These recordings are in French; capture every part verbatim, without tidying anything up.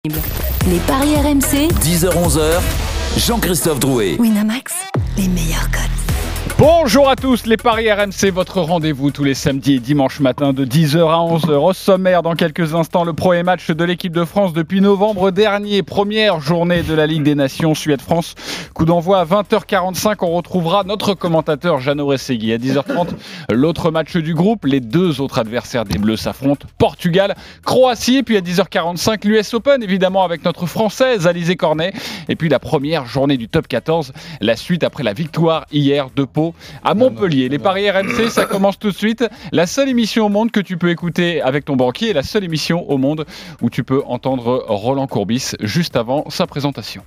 Les paris R M C, dix heures onze heures, Jean-Christophe Drouet. Winamax, les meilleurs cotes. Bonjour à tous, les paris R M C, votre rendez-vous tous les samedis et dimanches matin de dix heures à onze heures. Au sommaire, dans quelques instants, le premier match de l'équipe de France depuis novembre dernier. Première journée de la Ligue des Nations, Suède-France. Coup d'envoi à vingt heures quarante-cinq. On retrouvera notre commentateur Jeannot Rességui. À dix heures trente, l'autre match du groupe. Les deux autres adversaires des Bleus s'affrontent. Portugal, Croatie. Et puis à dix heures quarante-cinq, l'U S Open, évidemment, avec notre Française Alizé Cornet. Et puis la première journée du top quatorze. La suite après la victoire hier de Pau à Montpellier. Les paris R M C, ça commence tout de suite. La seule émission au monde que tu peux écouter avec ton banquier et la seule émission au monde où tu peux entendre Roland Courbis juste avant sa présentation.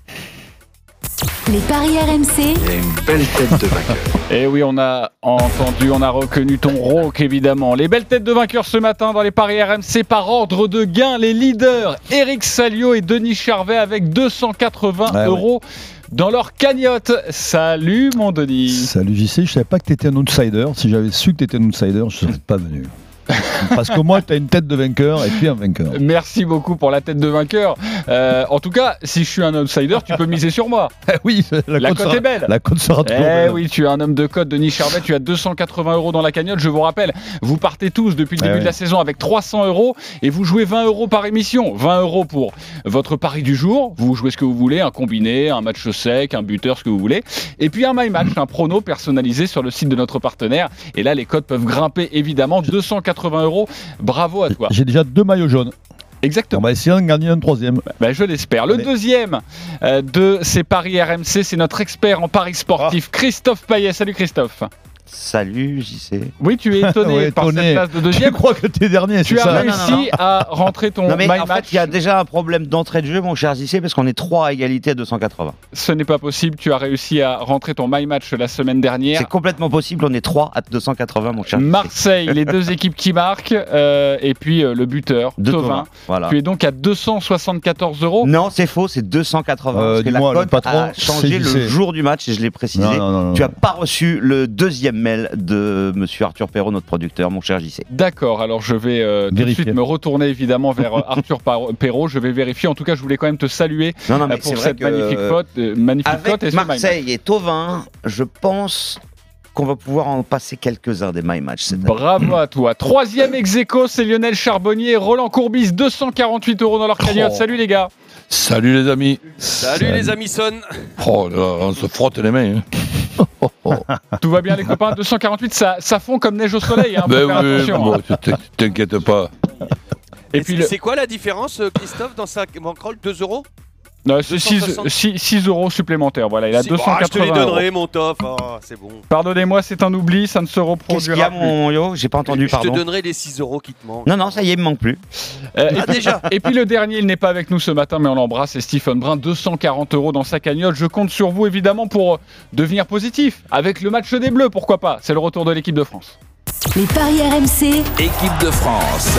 Les paris R M C. Il a une belle tête de vainqueur. Et oui, on a entendu, on a reconnu ton rauque, évidemment. Les belles têtes de vainqueurs ce matin dans les paris R M C par ordre de gain. Les leaders, Eric Salio et Denis Charvet avec deux cent quatre-vingts ouais, euros. Ouais. Dans leur cagnotte. Salut mon Denis. Salut J C, je ne savais pas que tu étais un outsider. Si j'avais su que tu étais un outsider, je ne serais pas venu. Parce que moi, tu as une tête de vainqueur et puis un vainqueur. Merci beaucoup pour la tête de vainqueur. Euh, en tout cas, si je suis un outsider, tu peux miser sur moi. Oui, la, la cote cote sera, est belle. La cote sera toujours eh belle. Oui, tu es un homme de cote, Denis Charvet. Tu as deux cent quatre-vingts euros dans la cagnotte. Je vous rappelle, vous partez tous depuis le début eh oui. de la saison avec trois cents euros et vous jouez vingt euros par émission. vingt euros pour votre pari du jour. Vous jouez ce que vous voulez, un combiné, un match sec, un buteur, ce que vous voulez. Et puis un my match, un prono personnalisé sur le site de notre partenaire. Et là, les cotes peuvent grimper évidemment. deux cent quatre-vingts euros. Bravo à toi. J'ai déjà deux maillots jaunes. Exactement. On va essayer d'en gagner un troisième. Ben, je l'espère. Le Allez. deuxième euh, de ces paris R M C, c'est notre expert en paris sportif, ah. Christophe Payet. Salut Christophe. Salut J C. Oui, tu es étonné ouais, par étonné. cette place de deuxième. Je crois que tu es dernier, tu c'est as ça. réussi non, non, non. à rentrer ton non, mais my en match. fait, il y a déjà un problème d'entrée de jeu, mon cher J C, parce qu'on est trois à égalité à deux cent quatre-vingts. Ce n'est pas possible. Tu as réussi à rentrer ton my match la semaine dernière. C'est complètement possible. On est trois à deux cent quatre-vingts, mon cher J C. Marseille, les deux équipes qui marquent, euh, et puis euh, le buteur, Thauvin. Voilà. Tu es donc à deux cent soixante-quatorze euros. Non, c'est faux. C'est deux cent quatre-vingts. Euh, parce que la cote patron, a changé le jour du match, et je l'ai précisé. Non, non, non, non, tu n'as pas reçu le deuxième mail de monsieur Arthur Perrault, notre producteur, mon cher J C. D'accord, alors je vais euh, tout de suite me retourner évidemment vers euh, Arthur Perrault, je vais vérifier. En tout cas, je voulais quand même te saluer non, non, mais euh, pour cette magnifique faute, euh, magnifique avec cote. Et Marseille et Thauvin, je pense qu'on va pouvoir en passer quelques-uns des My Match. Bravo à toi. Troisième ex-aequo, c'est Lionel Charbonnier et Roland Courbis, deux cent quarante-huit euros dans leur cagnotte. Oh. Salut les gars. Salut les amis. Salut, Salut. les amis son. Oh là, on se frotte les mains. Hein. Oh, oh. Tout va bien les copains, deux cent quarante-huit, ça, ça fond comme neige au soleil. Hein, ben faire oui, attention, bon, hein. T'inquiète pas. Et, Et puis c'est le... quoi la différence, Christophe, dans sa bankroll, deux euros? Non, c'est six euros supplémentaires. Voilà, il a deux cent quatre-vingts. Ah, je te les donnerai, mon top. Oh, c'est bon. Pardonnez-moi, c'est un oubli, ça ne se reproduira Qu'est-ce qu'il y a, mon yo? J'ai pas entendu, pardon. Je te donnerai les six euros qui te manquent. Non, non, ça y est, il me manque plus. Euh, et, ah, puis, déjà. Et puis le dernier, il n'est pas avec nous ce matin, mais on l'embrasse, c'est Stephen Brun, deux cent quarante euros dans sa cagnotte. Je compte sur vous, évidemment, pour devenir positif. Avec le match des Bleus, pourquoi pas? C'est le retour de l'équipe de France. Les paris R M C. Équipe de France.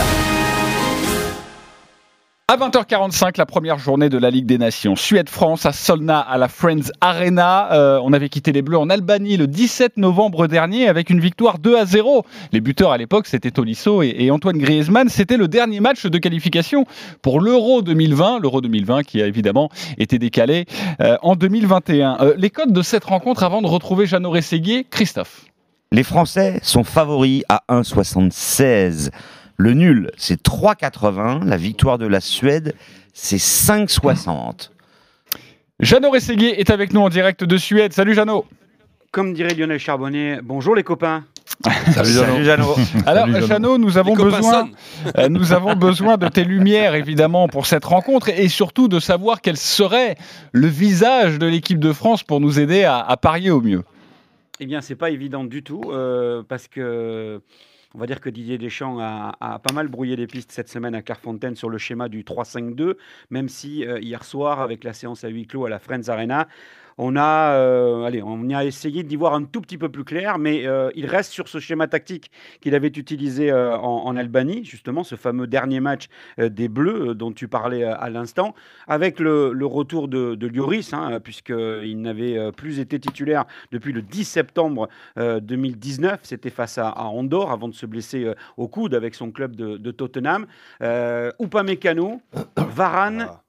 À vingt heures quarante-cinq, la première journée de la Ligue des Nations. Suède-France à Solna, à la Friends Arena. Euh, on avait quitté les Bleus en Albanie le dix-sept novembre dernier avec une victoire deux à zéro. Les buteurs à l'époque, c'était Tolisso et, et Antoine Griezmann. C'était le dernier match de qualification pour l'Euro deux mille vingt. L'Euro deux mille vingt qui a évidemment été décalé euh, en deux mille vingt et un. Euh, les codes de cette rencontre avant de retrouver Jeannot Rességuier, Christophe. Les Français sont favoris à un virgule soixante-seize. Le nul, c'est trois virgule quatre-vingts. La victoire de la Suède, c'est cinq virgule soixante. Jeannot Rességuier est avec nous en direct de Suède. Salut Jeannot. Comme dirait Lionel Charbonnier, bonjour les copains. Salut Jeannot. Salut Jeannot. Alors Salut Jeannot, nous avons besoin, euh, nous avons besoin de tes lumières évidemment pour cette rencontre et surtout de savoir quel serait le visage de l'équipe de France pour nous aider à, à parier au mieux. Eh bien, c'est pas évident du tout euh, parce que. On va dire que Didier Deschamps a, a pas mal brouillé les pistes cette semaine à Clairefontaine sur le schéma du trois cinq deux, même si euh, hier soir, avec la séance à huis clos à la Friends Arena, On a, euh, allez, on a essayé d'y voir un tout petit peu plus clair, mais euh, il reste sur ce schéma tactique qu'il avait utilisé euh, en, en Albanie, justement, ce fameux dernier match euh, des Bleus euh, dont tu parlais euh, à l'instant, avec le, le retour de, de Lloris, hein, puisqu'il n'avait euh, plus été titulaire depuis le dix septembre euh, deux mille dix-neuf. C'était face à, à Andorre, avant de se blesser euh, au coude avec son club de, de Tottenham. Euh, Upamecano, Varane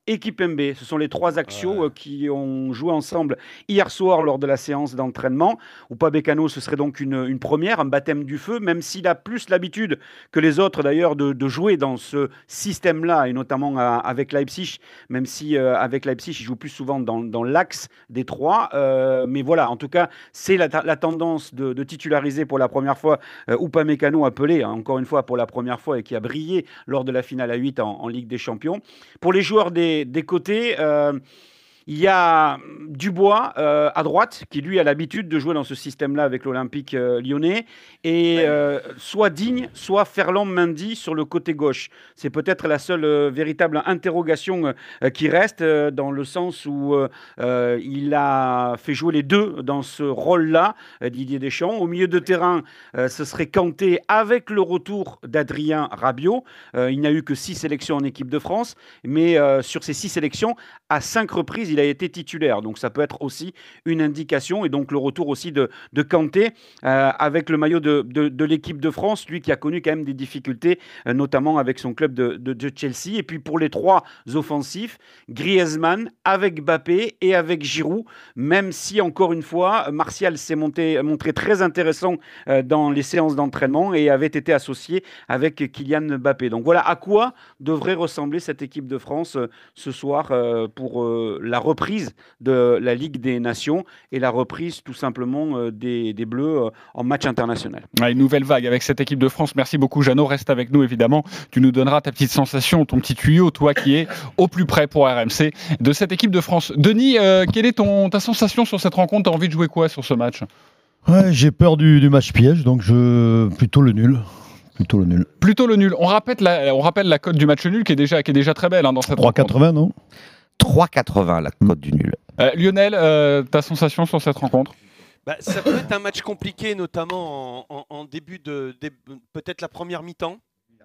et Kipembe. Ce sont les trois axiaux ouais. qui ont joué ensemble hier soir lors de la séance d'entraînement. Upamecano, ce serait donc une, une première, un baptême du feu, même s'il a plus l'habitude que les autres d'ailleurs de, de jouer dans ce système-là, et notamment à, avec Leipzig, même si euh, avec Leipzig, il joue plus souvent dans, dans l'axe des trois. Euh, mais voilà, en tout cas, c'est la, la tendance de, de titulariser pour la première fois euh, Upamecano, appelé hein, encore une fois pour la première fois et qui a brillé lors de la finale à huit en, en Ligue des Champions. Pour les joueurs des, des côtés, euh, il y a Dubois euh, à droite, qui lui a l'habitude de jouer dans ce système-là avec l'Olympique euh, lyonnais, et euh, soit Digne, soit Ferland Mendy sur le côté gauche. C'est peut-être la seule euh, véritable interrogation euh, qui reste, euh, dans le sens où euh, il a fait jouer les deux dans ce rôle-là, euh, Didier Deschamps. Au milieu de terrain, euh, ce serait Kanté avec le retour d'Adrien Rabiot. Euh, il n'y a eu que six sélections en équipe de France, mais euh, sur ces six sélections, à cinq reprises, il a été titulaire. Donc ça peut être aussi une indication. Et donc le retour aussi de, de Kanté euh, avec le maillot de, de, de l'équipe de France, lui qui a connu quand même des difficultés, euh, notamment avec son club de, de, de Chelsea. Et puis pour les trois offensifs, Griezmann avec Mbappé et avec Giroud, même si encore une fois, Martial s'est monté, montré très intéressant euh, dans les séances d'entraînement et avait été associé avec Kylian Mbappé. Donc voilà à quoi devrait ressembler cette équipe de France euh, ce soir euh, pour euh, la reprise de la Ligue des Nations et la reprise tout simplement euh, des, des Bleus euh, en match international. Ouais, une nouvelle vague avec cette équipe de France. Merci beaucoup Jeannot, reste avec nous évidemment. Tu nous donneras ta petite sensation, ton petit tuyau, toi qui es au plus près pour R M C de cette équipe de France. Denis, euh, quelle est ton, ta sensation sur cette rencontre? Tu as envie de jouer quoi sur ce match? Ouais, j'ai peur du, du match piège, donc je plutôt le nul. Plutôt le nul. Plutôt le nul. On rappelle la, on rappelle la cote du match nul qui est déjà, qui est déjà très belle hein, dans cette trois quatre-vingts, non trois quatre-vingts la cote du nul. Euh, Lionel, euh, ta sensation sur cette rencontre? Bah, ça peut être un match compliqué, notamment en, en, en début de, de peut-être la première mi-temps.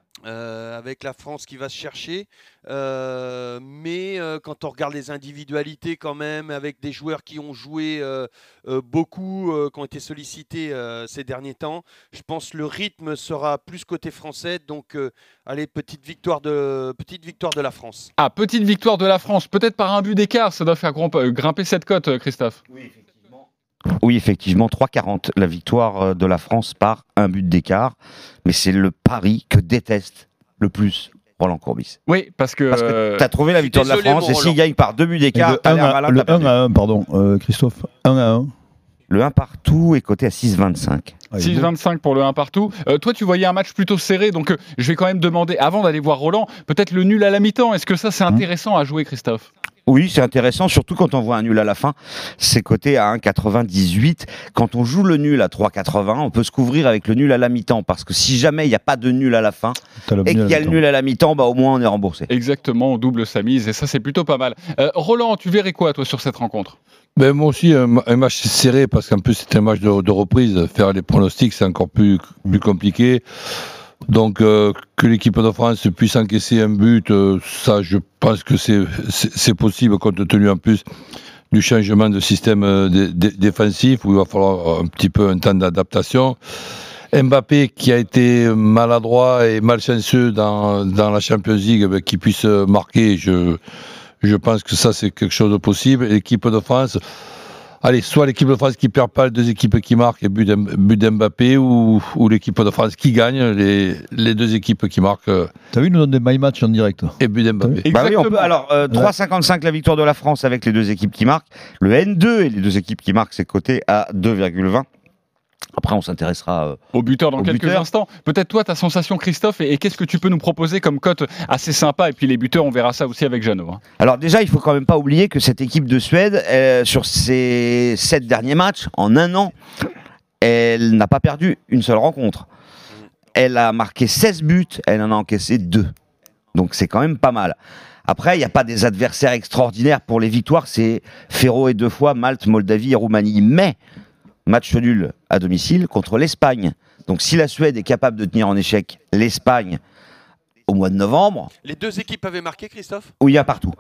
Euh, avec la France qui va se chercher, euh, mais euh, quand on regarde les individualités quand même, avec des joueurs qui ont joué euh, euh, beaucoup, euh, qui ont été sollicités euh, ces derniers temps, je pense que le rythme sera plus côté français, donc euh, allez, petite victoire, de, petite victoire de la France. Ah, petite victoire de la France, peut-être par un but d'écart, ça doit faire grimper cette cote, Christophe. Oui, effectivement. Oui, effectivement, trois quarante, la victoire de la France par un but d'écart. Mais c'est le pari que déteste le plus Roland Courbis. Oui, parce que... Parce que tu as trouvé la victoire Désolé, de la France, et s'il gagne par deux buts d'écart, tu as l'air malin. Le un à un, pardon, euh, Christophe, un à un. Le un partout est coté à six vingt-cinq. six vingt-cinq pour le un partout. Euh, toi, tu voyais un match plutôt serré, donc euh, je vais quand même demander, avant d'aller voir Roland, peut-être le nul à la mi-temps. Est-ce que ça, c'est intéressant à jouer, Christophe ? Oui, c'est intéressant, surtout quand on voit un nul à la fin. C'est coté à un quatre-vingt-dix-huit. Quand on joue le nul à trois quatre-vingts, on peut se couvrir avec le nul à la mi-temps. Parce que si jamais il n'y a pas de nul à la fin et qu'il y a le nul à la mi-temps, bah, au moins on est remboursé. Exactement, on double sa mise et ça, c'est plutôt pas mal. Euh, Roland, tu verrais quoi, toi, sur cette rencontre ? Ben, moi aussi, un, un match serré, parce qu'en plus, c'est un match de, de reprise. Faire les pronostics, c'est encore plus, plus compliqué. Donc, euh, que l'équipe de France puisse encaisser un but, euh, ça, je pense que c'est, c'est, c'est possible, compte tenu en plus du changement de système euh, d- d- défensif, où il va falloir un petit peu un temps d'adaptation. Mbappé, qui a été maladroit et malchanceux dans, dans la Champions League, ben, qui puisse marquer, je, je pense que ça, c'est quelque chose de possible. Et l'équipe de France... Allez, soit l'équipe de France qui perd pas, les deux équipes qui marquent et but d'Mbappé, ou, ou l'équipe de France qui gagne, les, les deux équipes qui marquent. Euh, T'as vu, nous donne des my match en direct. Et but d'Mbappé. Bah oui, on peut, alors, euh, trois cinquante-cinq la victoire de la France avec les deux équipes qui marquent. Le N deux et les deux équipes qui marquent, c'est coté à deux virgule vingt. Après, on s'intéressera euh, au buteur dans au quelques buteur. instants. Peut-être toi, ta sensation, Christophe, et, et qu'est-ce que tu peux nous proposer comme cote assez sympa? Et puis les buteurs, on verra ça aussi avec Jeannot. Hein. Alors déjà, il faut quand même pas oublier que cette équipe de Suède, euh, sur ses sept derniers matchs, en un an, elle n'a pas perdu une seule rencontre. Elle a marqué seize buts, elle en a encaissé deux. Donc c'est quand même pas mal. Après, il n'y a pas des adversaires extraordinaires pour les victoires. C'est Féroé deux fois, Malte, Moldavie et Roumanie. Mais match nul à domicile contre l'Espagne. Donc si la Suède est capable de tenir en échec l'Espagne au mois de novembre... Les deux équipes avaient marqué, Christophe ? Oui, il y a partout.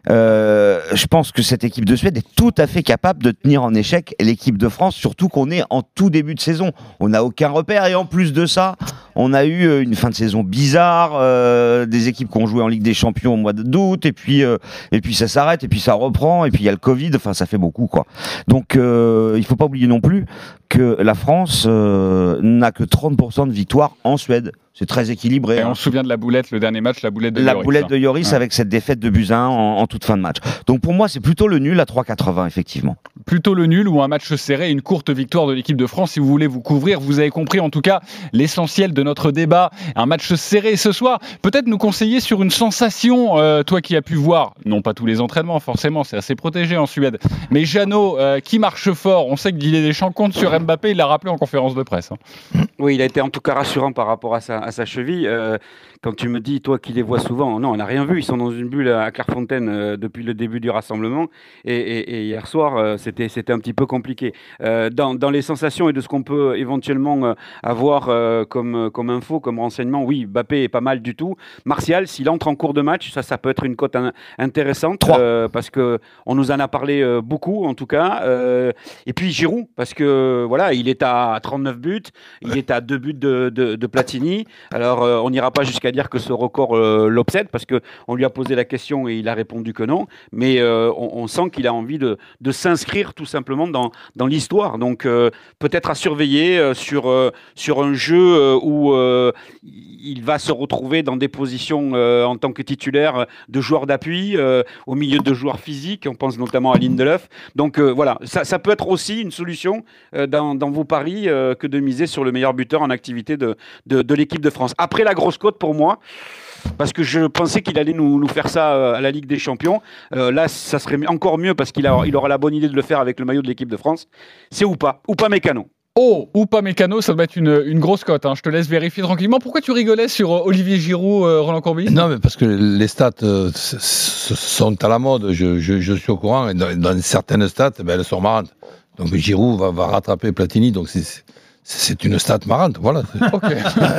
Euh, je pense que cette équipe de Suède est tout à fait capable de tenir en échec l'équipe de France, surtout qu'on est en tout début de saison. On n'a aucun repère et en plus de ça, on a eu une fin de saison bizarre, euh, des équipes qui ont joué en Ligue des Champions au mois d'août et puis euh, et puis ça s'arrête et puis ça reprend et puis il y a le Covid. Enfin, ça fait beaucoup quoi. Donc euh, il faut pas oublier non plus que la France euh, n'a que trente pour cent de victoires en Suède. C'est très équilibré. Et hein. on se souvient de la boulette, le dernier match, la boulette de La Lloris. boulette de Lloris Ouais. avec cette défaite de Buzyn en, en toute fin de match. Donc pour moi, c'est plutôt le nul à trois quatre-vingts, effectivement. Plutôt le nul ou un match serré, une courte victoire de l'équipe de France. Si vous voulez vous couvrir, vous avez compris en tout cas l'essentiel de notre débat. Un match serré ce soir. Peut-être nous conseiller sur une sensation, euh, toi qui as pu voir, non pas tous les entraînements forcément, c'est assez protégé en Suède, mais Jeannot euh, qui marche fort. On sait que Didier Deschamps compte sur Mbappé, il l'a rappelé en conférence de presse. Hein. Oui, il a été en tout cas rassurant par rapport à sa, à sa cheville. Euh, quand tu me dis, toi qui les vois souvent, non, on n'a rien vu. Ils sont dans une bulle à Clairefontaine euh, depuis le début du rassemblement. Et, et, et hier soir, euh, c'était, c'était un petit peu compliqué. Euh, dans, dans les sensations et de ce qu'on peut éventuellement euh, avoir euh, comme, comme info, comme renseignement, oui, Mbappé est pas mal du tout. Martial, s'il entre en cours de match, ça, ça peut être une cote in- intéressante. Euh, parce qu'on nous en a parlé euh, beaucoup, en tout cas. Euh, et puis Giroud, parce que voilà, il est à trente-neuf buts. Il est à deux buts de, de, de Platini. Alors, euh, on n'ira pas jusqu'à dire que ce record euh, l'obsède, parce qu'on lui a posé la question et il a répondu que non. Mais euh, on, on sent qu'il a envie de, de s'inscrire tout simplement dans, dans l'histoire. Donc, euh, peut-être à surveiller euh, sur, euh, sur un jeu euh, où euh, il va se retrouver dans des positions euh, en tant que titulaire de joueur d'appui, euh, au milieu de joueurs physiques. On pense notamment à Lindelöf. Donc, euh, voilà, ça, ça peut être aussi une solution euh, dans, dans vos paris euh, que de miser sur le meilleur buteur en activité de, de, de l'équipe de France. Après la grosse cote, pour moi, parce que je pensais qu'il allait nous, nous faire ça à la Ligue des Champions. Euh, là, ça serait encore mieux parce qu'il a, il aura la bonne idée de le faire avec le maillot de l'équipe de France. C'est ou pas Ou pas Mécano. Oh, ou pas Mécano, ça doit être une, une grosse cote. Hein. Je te laisse vérifier tranquillement. Pourquoi tu rigolais sur euh, Olivier Giroud, euh, Roland Courbis ? Non, mais parce que les stats euh, c- c- sont à la mode, je, je, je suis au courant, et dans, dans certaines stats, ben, elles sont marrantes. Donc Giroud va, va rattraper Platini, donc c'est, c'est une stat marrante, voilà. Ok. okay.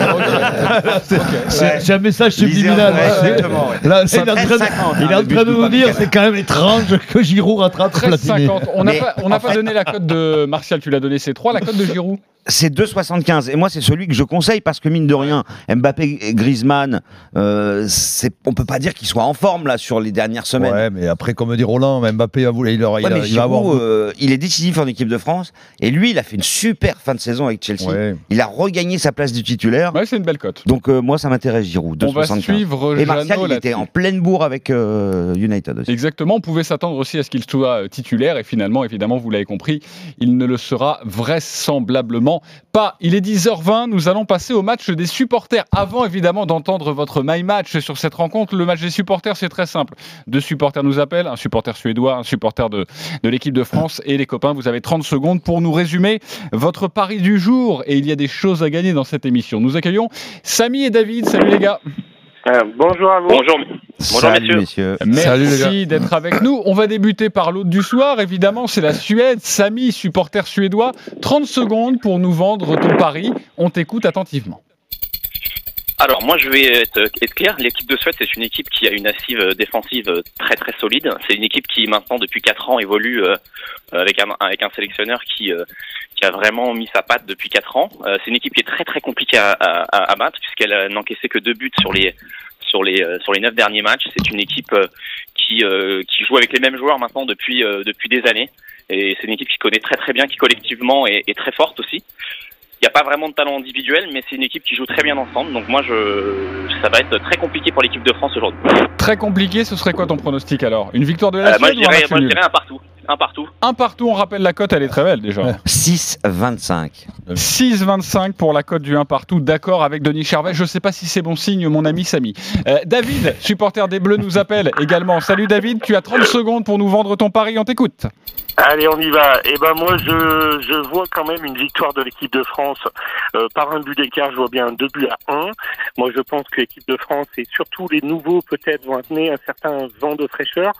C'est, okay. c'est, Ouais. c'est un message Lisez subliminal. un- ouais, Ouais. exactement, ouais. Là, c'est, il est en treize train de, cinquante, il est hein, en le train but de du nous dire Paris. c'est quand même étrange que Giroud rattrape treize Platini. cinquante. On n'a Mais, pas, on n'a en pas fait- donné la cote de Martial, tu l'as donné, c'est trois. La cote de Giroud ? C'est deux soixante-quinze. Et moi, c'est celui que je conseille parce que, mine de rien, Mbappé et Griezmann, euh, c'est, on peut pas dire qu'ils soient en forme là sur les dernières semaines. Ouais, mais après, comme dit Roland, Mbappé a voulu, il, aura, Ouais, il, a- mais il va avoir. Giroud, euh, il est décisif en équipe de France. Et lui, il a fait une super fin de saison avec Chelsea. Ouais. Il a regagné sa place du titulaire. Ouais, c'est une belle cote. Donc, euh, moi, ça m'intéresse, Giroud. On va deux soixante-quinze. suivre Et Martial, Jeannot il était là-dessus. en pleine bourre avec euh, United aussi. Exactement, on pouvait s'attendre aussi à ce qu'il soit euh, titulaire et finalement, évidemment, vous l'avez compris, il ne le sera vraisemblablement pas. Il est dix heures vingt, nous allons passer au match des supporters. Avant évidemment d'entendre votre My Match sur cette rencontre, le match des supporters c'est très simple. Deux supporters nous appellent, un supporter suédois, un supporter de, de l'équipe de France et les copains, vous avez trente secondes pour nous résumer votre pari du jour et il y a des choses à gagner dans cette émission. Nous accueillons Samy et David, salut les gars. Euh, bonjour à vous. Bonjour, bonjour Salut, messieurs. messieurs. Salut, les Merci d'être avec nous. On va débuter par l'hôte du soir. Évidemment, c'est la Suède. Samy, supporter suédois. trente secondes pour nous vendre ton pari. On t'écoute attentivement. Alors moi je vais être, être clair, l'équipe de Suède c'est une équipe qui a une assise défensive très très solide. C'est une équipe qui maintenant depuis quatre ans évolue euh, avec un avec un sélectionneur qui euh, qui a vraiment mis sa patte depuis quatre ans. Euh, c'est une équipe qui est très très compliquée à, à, à battre puisqu'elle n'encaissait que deux buts sur les sur les euh, sur les neuf derniers matchs. C'est une équipe euh, qui euh, qui joue avec les mêmes joueurs maintenant depuis euh, depuis des années et c'est une équipe qui connaît très très bien, qui collectivement est, est très forte aussi. Il n'y a pas vraiment de talent individuel, mais c'est une équipe qui joue très bien ensemble. Donc moi, je, ça va être très compliqué pour l'équipe de France aujourd'hui. Très compliqué, ce serait quoi ton pronostic alors ? Une victoire de la Euh, moi, Suède je ou un dirais, match moi, je nul ? dirais un partout. Un partout. Un partout, on rappelle la cote, elle est très belle déjà. six vingt-cinq. six vingt-cinq pour la cote du un partout, d'accord avec Denis Charvet. Je ne sais pas si c'est bon signe, mon ami Samy. Euh, David, supporter des Bleus, nous appelle également. Salut David, tu as trente secondes pour nous vendre ton pari, on t'écoute. Allez, on y va. Eh ben moi, je, je vois quand même une victoire de l'équipe de France euh, par un but d'écart. Je vois bien deux buts à un. Moi, je pense que l'équipe de France et surtout les nouveaux peut-être vont amener un certain vent de fraîcheur.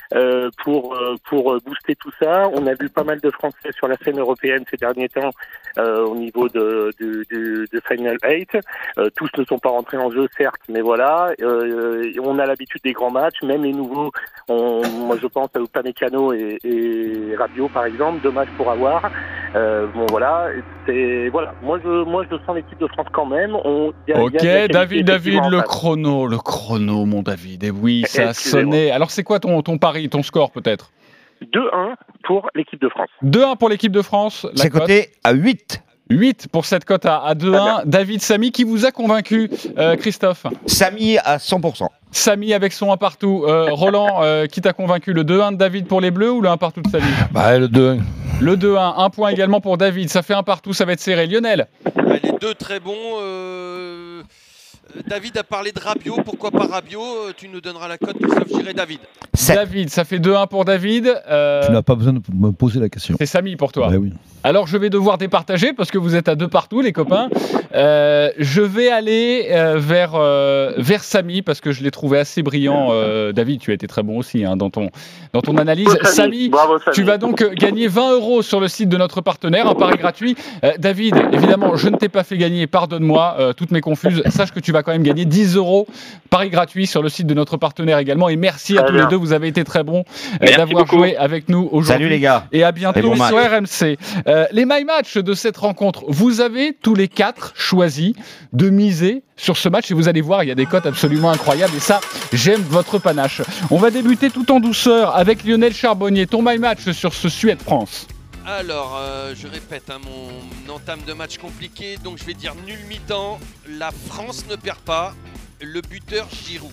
euh, pour euh, pour booster tout ça. On a vu pas mal de Français sur la scène européenne ces derniers temps euh, au niveau de du, du, de Final Eight. Euh, tous ne sont pas rentrés en jeu, certes, mais voilà. Euh, on a l'habitude des grands matchs, même les nouveaux. On, moi, je pense à Upamecano et, et Rabiot, par exemple. Deux matchs pour avoir. Euh, bon, voilà. C'est voilà. Moi, je moi, je sens l'équipe de France quand même. On, y a, ok, y a, y a qualité, David, David, le face. chrono, le chrono, mon David. Et oui, ça a sonné. Alors, c'est quoi ton, ton pari, ton score peut-être? deux un pour l'équipe de France. deux un pour l'équipe de France. La C'est cote. coté à huit. huit pour cette cote à, à deux un. David, Samy, qui vous a convaincu, euh, Christophe? Samy à cent pour cent. Samy avec son un partout. Euh, Roland, euh, qui t'a convaincu? Le deux un de David pour les Bleus ou le un partout de Samy? Bah, le deux un. Le deux un, un point également pour David. Ça fait un partout, ça va être serré. Lionel? Ouais, les deux très bons. euh, David a parlé de Rabiot. Pourquoi pas Rabiot? Tu nous donneras la cote, Christophe. J'irai David. David, ça fait deux un pour David. Euh, Tu n'as pas besoin de me poser la question. C'est Samy pour toi. Ben oui. Alors je vais devoir départager parce que vous êtes à deux partout, les copains. Euh, je vais aller euh, vers, euh, vers Samy parce que je l'ai trouvé assez brillant. Euh, David, tu as été très bon aussi hein, dans, ton, dans ton analyse. Bravo, Samy. Samy, Bravo, Samy. tu vas donc gagner vingt euros sur le site de notre partenaire, un pari gratuit. Euh, David, évidemment, je ne t'ai pas fait gagner, pardonne-moi, euh, toutes mes confuses. Sache que tu vas quand même gagner dix euros, pari gratuit sur le site de notre partenaire également. Et merci à Très tous bien. les deux, vous avez été très bons euh, Merci d'avoir beaucoup. joué avec nous aujourd'hui. Salut les gars. Et à bientôt Et bon sur match. R M C. Euh, les My Match de cette rencontre, vous avez tous les quatre choisi de miser sur ce match et vous allez voir, il y a des cotes absolument incroyables et ça, j'aime votre panache. On va débuter tout en douceur avec Lionel Charbonnier. Ton My Match sur ce Suède-France. Alors, euh, je répète, hein, mon entame de match compliqué, donc je vais dire nul mi-temps. La France ne perd pas. Le buteur Giroud.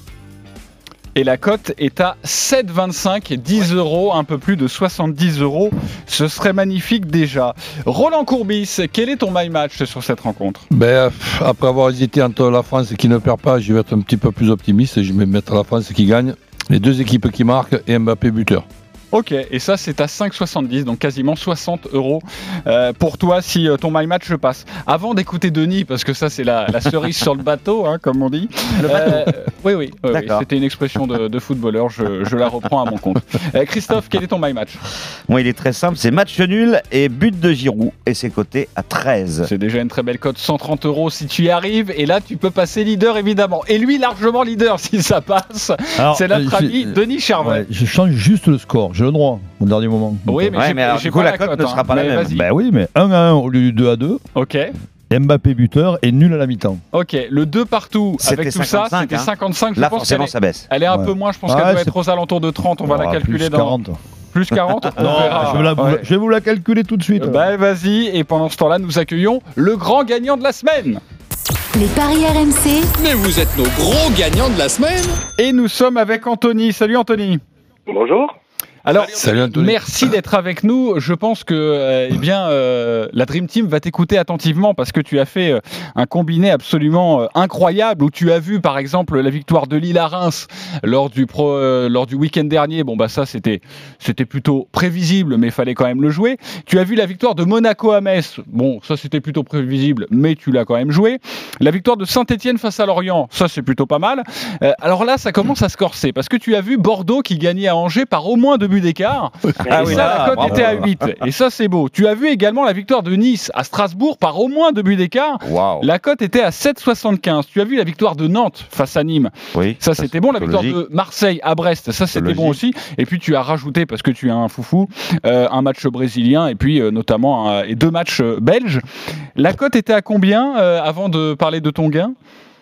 Et la cote est à sept virgule vingt-cinq, dix euros, un peu plus de soixante-dix euros. Ce serait magnifique déjà. Roland Courbis, quel est ton My Match sur cette rencontre? Ben, pff, après avoir hésité entre la France qui ne perd pas, je vais être un petit peu plus optimiste et je vais mettre la France qui gagne. Les deux équipes qui marquent et Mbappé buteur. Ok, et ça c'est à cinq virgule soixante-dix, donc quasiment soixante euros euh, pour toi si euh, ton My Match passe. Avant d'écouter Denis, parce que ça c'est la, la cerise sur le bateau, hein, comme on dit. Le bateau. Euh, oui, oui, oui, oui, D'accord. c'était une expression de, de footballeur, je, je la reprends à mon compte. Euh, Christophe, quel est ton My Match? Bon, il est très simple, c'est match nul et but de Giroud. Et c'est coté à treize. C'est déjà une très belle cote, cent trente euros si tu y arrives, et là tu peux passer leader évidemment. Et lui largement leader si ça passe. Alors, C'est notre euh, ami je- Denis Charvet. Ouais, je change juste le score. J'ai le droit au dernier moment. Oui, mais Ouais, j'ai mais alors, j'ai du coup, pas la la cote cote, ne hein, sera pas la mais même. vas-y. Ben oui, mais un à un au lieu du deux à deux. Ok. Mbappé buteur et nul à la mi-temps. Ok, le deux partout avec C'était tout ça, cinquante-cinq, c'était hein. cinquante-cinq. Je Là, pense forcément, qu'elle est- ça baisse. Elle est un Ouais. peu moins, je pense Ouais, qu'elle doit c'est- être aux alentours de trente, on va la Ah, calculer plus dans... quarante. Plus quarante on Non, verra. je, vais la- Ouais. je vais vous la calculer tout de suite. Bah vas-y, et pendant ce temps-là, nous accueillons le grand gagnant de la semaine. Les paris R M C, Mais vous êtes nos gros gagnants de la semaine. Et nous sommes avec Anthony. Salut Anthony. Bonjour. Alors, Salut Anthony. merci d'être avec nous. Je pense que euh, eh bien, euh, la Dream Team va t'écouter attentivement parce que tu as fait euh, un combiné absolument euh, incroyable où tu as vu par exemple la victoire de Lille à Reims lors du, pro, euh, lors du week-end dernier. Bon, bah ça, c'était, c'était plutôt prévisible, mais il fallait quand même le jouer. Tu as vu la victoire de Monaco à Metz. Bon, ça, c'était plutôt prévisible, mais tu l'as quand même joué. La victoire de Saint-Etienne face à Lorient, ça, c'est plutôt pas mal. Euh, alors là, ça commence à se corser parce que tu as vu Bordeaux qui gagnait à Angers par au moins deux buts d'écart. Ah et oui, ça, là, la cote bravo. était à huit. Et ça, c'est beau. Tu as vu également la victoire de Nice à Strasbourg par au moins deux buts d'écart. Waouh. La cote était à sept virgule soixante-quinze. Tu as vu la victoire de Nantes face à Nîmes. Oui. Ça, c'était bon. La c'est victoire logique. de Marseille à Brest, ça, c'était logique. bon aussi. Et puis, tu as rajouté, parce que tu es un foufou, euh, un match brésilien et puis euh, notamment un- et deux matchs euh, belges. La cote était à combien euh, avant de parler de ton gain?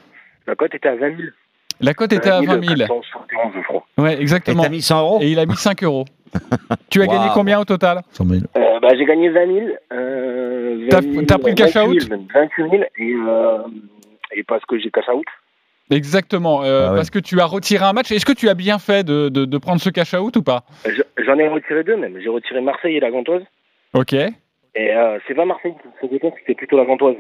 La cote était à vingt mille. La cote était à vingt mille. quatre cent soixante et onze, je crois. Ouais, Et exactement. t'as mis cent euros. Et il a mis cinq euros. Tu as Waouh. gagné combien au total? cent mille. Euh, bah, j'ai gagné vingt mille. Euh, T'as- vingt mille, t'as pris le cash vingt-huit out mille, vingt-huit mille et, euh, et parce que j'ai cash out. Exactement, euh, Ah ouais. parce que tu as retiré un match. Est-ce que tu as bien fait de, de, de prendre ce cash out ou pas? Je- J'en ai retiré deux même. J'ai retiré Marseille et la Gantoise. Ok. Et euh, c'est pas Marseille qui se déteste, c'était plutôt la Gantoise.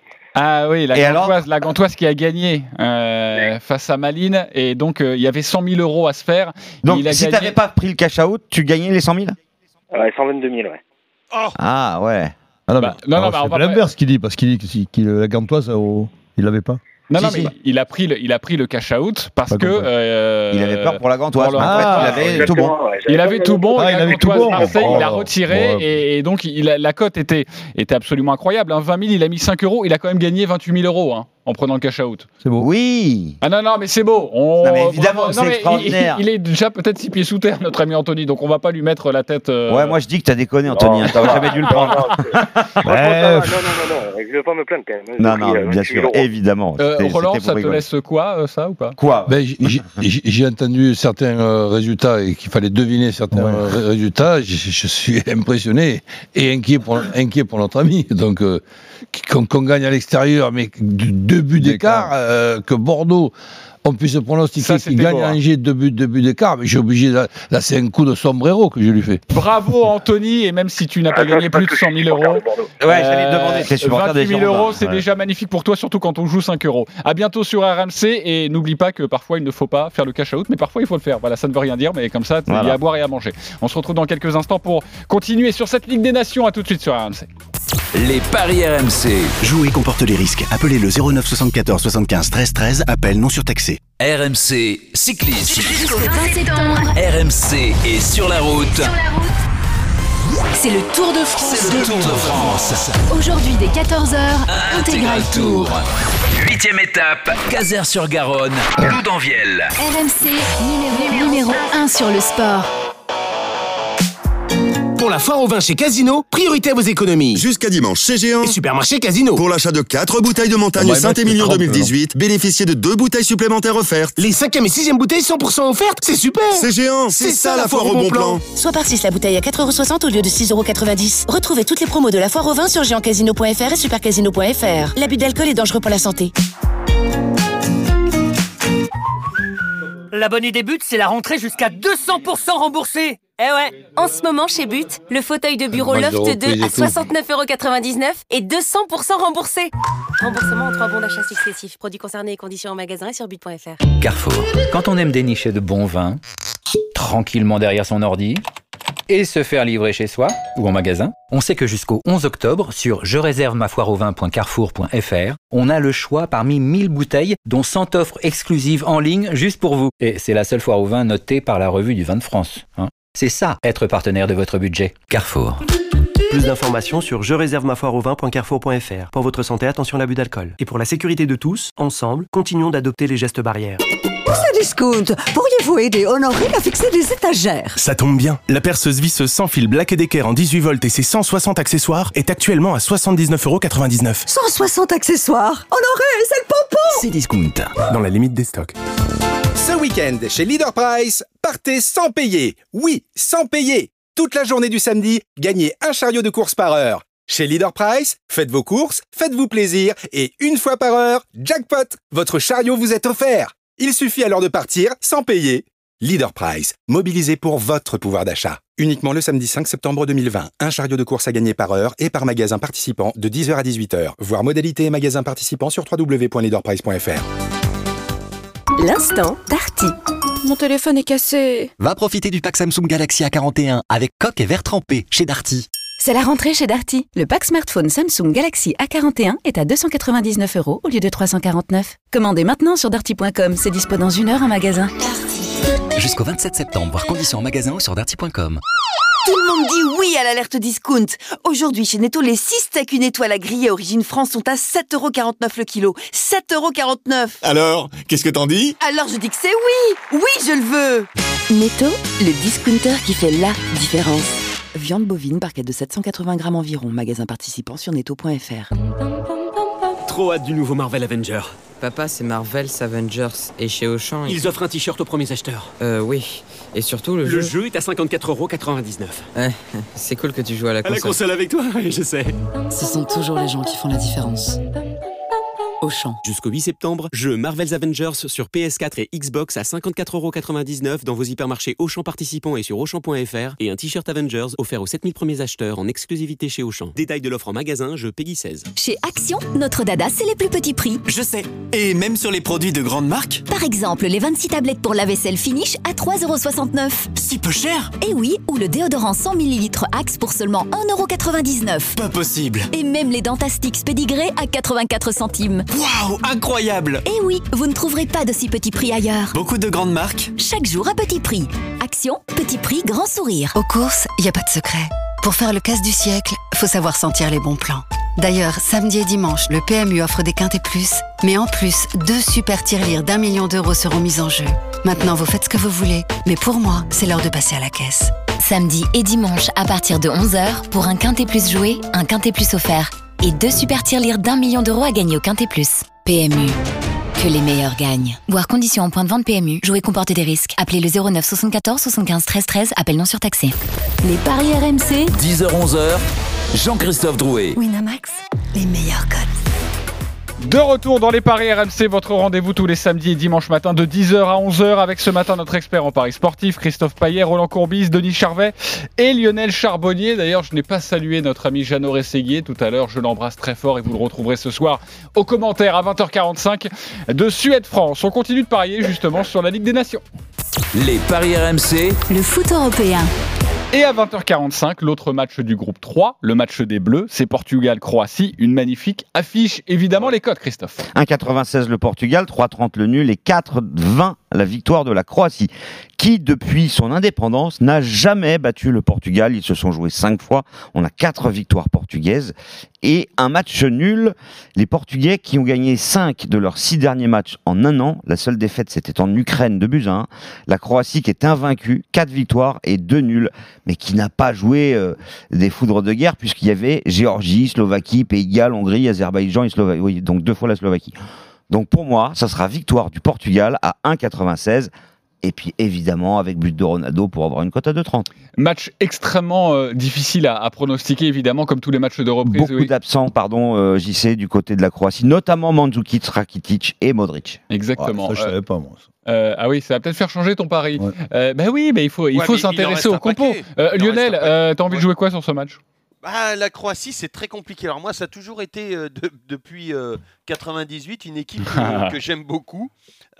Ah oui, la Et alors Gantoise, la Gantoise qui a gagné euh, face à Malines. Et donc, euh, il y avait cent mille euros à se faire. Donc, il a si gagné... t'avais pas pris le cash out, tu gagnais les cent mille. Ouais, cent vingt-deux mille, ouais. Ah ouais. Ah non, Bah, mais- non, non, alors, bah, on c'est va pas pas- l'inverse qu'il dit, parce qu'il dit que si- qu'il- la gantoise, au- il l'avait pas. Non, Si, non, si. mais il a pris le, il a pris le cash out parce Pas que. compris. euh, Il avait peur pour la Gantoise. pour le- mais en fait, Ah, il avait tout bon. Exactement, ouais, j'avais Il pas avait mal tout de- bon, Ah, et il la avait tout Gantoise bon. Marseille, Oh, il a oh, retiré ouais. et, et donc il a- la cote était, était absolument incroyable. Hein. vingt mille, il a mis cinq euros, il a quand même gagné vingt-huit mille euros hein, en prenant le cash out. C'est beau. Oui. Ah non, non, mais c'est beau. On... Non, mais évidemment, bravo. c'est mais il- extraordinaire. Il, il est déjà peut-être six pieds sous terre, notre ami Anthony, donc on va pas lui mettre la tête. euh, Ouais, moi je dis que t'as déconné, Anthony. Non. hein, T'aurais jamais dû le prendre. Non, non, c'est- Franchement, ça va. non, non, non, non, je vais pas me plaindre quand même. Non, J'ai non, pris, euh, bien vingt-huit sûr, euros. évidemment. euh, C'était- Roland, c'était pour ça te rigoler. laisse quoi, euh, ça ou pas? Quoi Ben, j'ai- j'ai j'ai entendu certains euh, résultats et qu'il fallait deviner certains Ouais. euh, ré- résultats. Je, je suis impressionné et inquiet pour, inquiet pour notre ami. Donc, euh, qu'on qu'on gagne à l'extérieur, mais de- deux buts d'écart, euh, que Bordeaux. On puisse Ça, pronostiquer c'était qu'il gagne beau, à hein. Angers deux buts, deux buts d'écart, mais j'ai obligé. Là, là, c'est un coup de sombrero que je lui fais. Bravo Anthony, et même si tu n'as pas Ah, ça, gagné c'est plus de parce que cent je suis mille supporter euros. de Bordeaux. Ouais, j'allais te demander. T'es supporter des vingt-huit mille euros, Girondins. c'est Ouais. déjà magnifique pour toi, surtout quand on joue cinq euros. À bientôt sur R M C, et n'oublie pas que parfois il ne faut pas faire le cash out, mais parfois il faut le faire. Voilà, ça ne veut rien dire, mais comme ça, il y Voilà. a à boire et à manger. On se retrouve dans quelques instants pour continuer sur cette Ligue des Nations. À tout de suite sur R M C. Les paris R M C. Jouer comporte les risques. Appelez le zéro neuf soixante-quatorze soixante-quinze treize treize. Appel non surtaxé. R M C Cyclisme. Jusqu'au vingt septembre, R M C est sur la route. c'est le Tour de France. C'est le Tour de France. Aujourd'hui dès quatorze heures, Intégral Tour. Huitième étape, Caser-sur-Garonne, Loudanvielle. R M C numéro, numéro un sur le sport. Pour la foire au vin chez Casino, priorité à vos économies. Jusqu'à dimanche chez Géant. Et Supermarché Casino. Pour l'achat de quatre bouteilles de montagne On va y mettre Saint-Émilion les trente, deux mille dix-huit, bénéficiez de deux bouteilles supplémentaires offertes. Les cinquième et sixième bouteilles cent pour cent offertes, c'est super. C'est Géant, c'est ça la foire au bon plan. Soit par six la bouteille à quatre euros soixante au lieu de six euros quatre-vingt-dix. Retrouvez toutes les promos de la foire au vin sur géant casino point f r et supercasino point f r. L'abus d'alcool est dangereux pour la santé. La bonne idée But, c'est la rentrée jusqu'à deux cents pour cent remboursée. Eh ouais, en ce moment chez But, le fauteuil de bureau Match de Loft reprise deux et à tout. soixante-neuf euros quatre-vingt-dix-neuf et deux cents pour cent remboursé. Remboursement en trois bons d'achat successifs. Produits concernés et conditions en magasin et sur but point f r. Carrefour. Quand on aime dénicher de bons vins, tranquillement derrière son ordi, et se faire livrer chez soi ou en magasin, on sait que jusqu'au onze octobre, sur je réserve ma foire au vin point carrefour point f r, on a le choix parmi mille bouteilles, dont cent offres exclusives en ligne juste pour vous. Et c'est la seule foire au vin notée par la revue du vin de France. Hein. C'est ça, être partenaire de votre budget. Carrefour. Plus d'informations sur je réserve ma foire au vin point carrefour point f r. Pour votre santé, attention à l'abus d'alcool. Et pour la sécurité de tous, ensemble, continuons d'adopter les gestes barrières. Cdiscount, pourriez-vous aider Honoré à fixer des étagères? Ça tombe bien. La perceuse visseuse sans fil Black Decker en dix-huit volts et ses cent soixante accessoires est actuellement à soixante-dix-neuf euros quatre-vingt-dix-neuf. cent soixante accessoires. Honoré, c'est le pompon. Cdiscount. Dans la limite des stocks. Ce week-end, chez Leader Price, partez sans payer. Oui, sans payer. Toute la journée du samedi, gagnez un chariot de course par heure. Chez Leader Price, faites vos courses, faites-vous plaisir et une fois par heure, jackpot, votre chariot vous est offert. Il suffit alors de partir sans payer. Leader Price, mobilisé pour votre pouvoir d'achat. Uniquement le samedi cinq septembre deux mille vingt. Un chariot de course à gagner par heure et par magasin participant de dix heures à dix-huit heures. Voir modalité et magasin participant sur w w w point leader price point f r. L'instant Darty. Mon téléphone est cassé. Va profiter du pack Samsung Galaxy A quarante et un avec coque et verre trempé chez Darty. C'est la rentrée chez Darty. Le pack smartphone Samsung Galaxy A quarante et un est à deux cent quatre-vingt-dix-neuf euros au lieu de trois cent quarante-neuf. Commandez maintenant sur darty point com. C'est dispo dans une heure en magasin. Jusqu'au vingt-sept septembre, voir conditions en magasin ou sur darty point com. Tout le monde dit oui à l'alerte discount. Aujourd'hui, chez Netto, les six steaks une étoile à griller à origine France sont à sept euros quarante-neuf le kilo. sept euros quarante-neuf. Alors, qu'est-ce que t'en dis? Alors je dis que c'est oui. Oui, je le veux. Netto, le discounter qui fait la différence. Viande bovine, barquette de sept cent quatre-vingts grammes environ. Magasin participant sur netto point f r. Trop hâte du nouveau Marvel Avenger. Papa, c'est Marvel's Avengers. Et chez Auchan, ils... ils offrent un t-shirt aux premiers acheteurs. Euh, oui. Et surtout, le, le jeu... Le jeu est à cinquante-quatre euros quatre-vingt-dix-neuf. Ouais, c'est cool que tu joues à la console. À la console avec toi, oui, je sais. Ce sont toujours les gens qui font la différence. Auchan. Jusqu'au huit septembre, jeu Marvel's Avengers sur P S quatre et Xbox à cinquante-quatre euros quatre-vingt-dix-neuf dans vos hypermarchés Auchan participants et sur Auchan point f r et un t-shirt Avengers offert aux sept mille premiers acheteurs en exclusivité chez Auchan. Détail de l'offre en magasin, jeu Peggy seize. Chez Action, notre dada, c'est les plus petits prix. Je sais. Et même sur les produits de grande marque. Par exemple, les vingt-six tablettes pour lave-vaisselle Finish à trois euros soixante-neuf. Si peu cher. Et oui, ou le déodorant cent millilitres Axe pour seulement un euro quatre-vingt-dix-neuf. Pas possible. Et même les Dentastics Pédigré à quatre-vingt-quatre centimes. Waouh, incroyable! Eh oui, vous ne trouverez pas de si petits prix ailleurs. Beaucoup de grandes marques. Chaque jour à petit prix. Action, petit prix, grand sourire. Aux courses, il n'y a pas de secret. Pour faire le casse du siècle, faut savoir sentir les bons plans. D'ailleurs, samedi et dimanche, le P M U offre des quintés plus, mais en plus, deux super tirelires d'un million d'euros seront mis en jeu. Maintenant, vous faites ce que vous voulez, mais pour moi, c'est l'heure de passer à la caisse. Samedi et dimanche à partir de onze heures, pour un quinté plus joué, un quinté plus offert. Et deux super tirelires d'un million d'euros à gagner au quinté plus. P M U. Que les meilleurs gagnent. Voir conditions en point de vente P M U. Jouer comporte des risques. Appelez le zéro neuf soixante-quatorze soixante-quinze treize treize. Appel non surtaxé. Les paris R M C. dix heures onze heures. Jean-Christophe Drouet. Winamax, les meilleurs codes. De retour dans les paris R M C, votre rendez-vous tous les samedis et dimanches matin de dix heures à onze heures avec ce matin notre expert en paris sportif, Christophe Payet, Roland Courbis, Denis Charvet et Lionel Charbonnier. D'ailleurs, je n'ai pas salué notre ami Jeannot Rességuier tout à l'heure, je l'embrasse très fort et vous le retrouverez ce soir aux commentaires à vingt heures quarante-cinq de Suède-France. On continue de parier justement sur la Ligue des Nations. Les paris R M C, le foot européen. Et à vingt heures quarante-cinq, l'autre match du groupe trois, le match des Bleus, c'est Portugal-Croatie. Une magnifique affiche. Évidemment, les codes, Christophe. un virgule quatre-vingt-seize le Portugal, trois virgule trente le nul et quatre virgule vingt la victoire de la Croatie, qui, depuis son indépendance, n'a jamais battu le Portugal. Ils se sont joués cinq fois. On a quatre victoires portugaises et un match nul. Les Portugais qui ont gagné cinq de leurs six derniers matchs en un an. La seule défaite, c'était en Ukraine de buts à un. La Croatie qui est invaincue, quatre victoires et deux nuls, mais qui n'a pas joué euh, des foudres de guerre puisqu'il y avait Géorgie, Slovaquie, Pays de Galles, Hongrie, Azerbaïdjan et Slovaquie. Oui, donc deux fois la Slovaquie. Donc pour moi, ça sera victoire du Portugal à un virgule quatre-vingt-seize. Et puis évidemment avec but de Ronaldo pour avoir une cote à deux virgule trente. Match extrêmement euh, difficile à, à pronostiquer, évidemment, comme tous les matchs de reprise. Beaucoup oui. d'absents, pardon, euh, J C, du côté de la Croatie, notamment Mandzukic, Rakitic et Modric. Exactement. Ouais, ça, je savais pas, moi. Euh, ah oui, ça va peut-être faire changer ton pari. Ouais. Euh, bah oui, mais il faut, il ouais, faut mais s'intéresser il au compo. Euh, Lionel, euh, t'as envie ouais. de jouer quoi sur ce match? Bah, la Croatie, c'est très compliqué. Alors moi, ça a toujours été, euh, de, depuis euh, quatre-vingt-dix-huit, une équipe que, que j'aime beaucoup,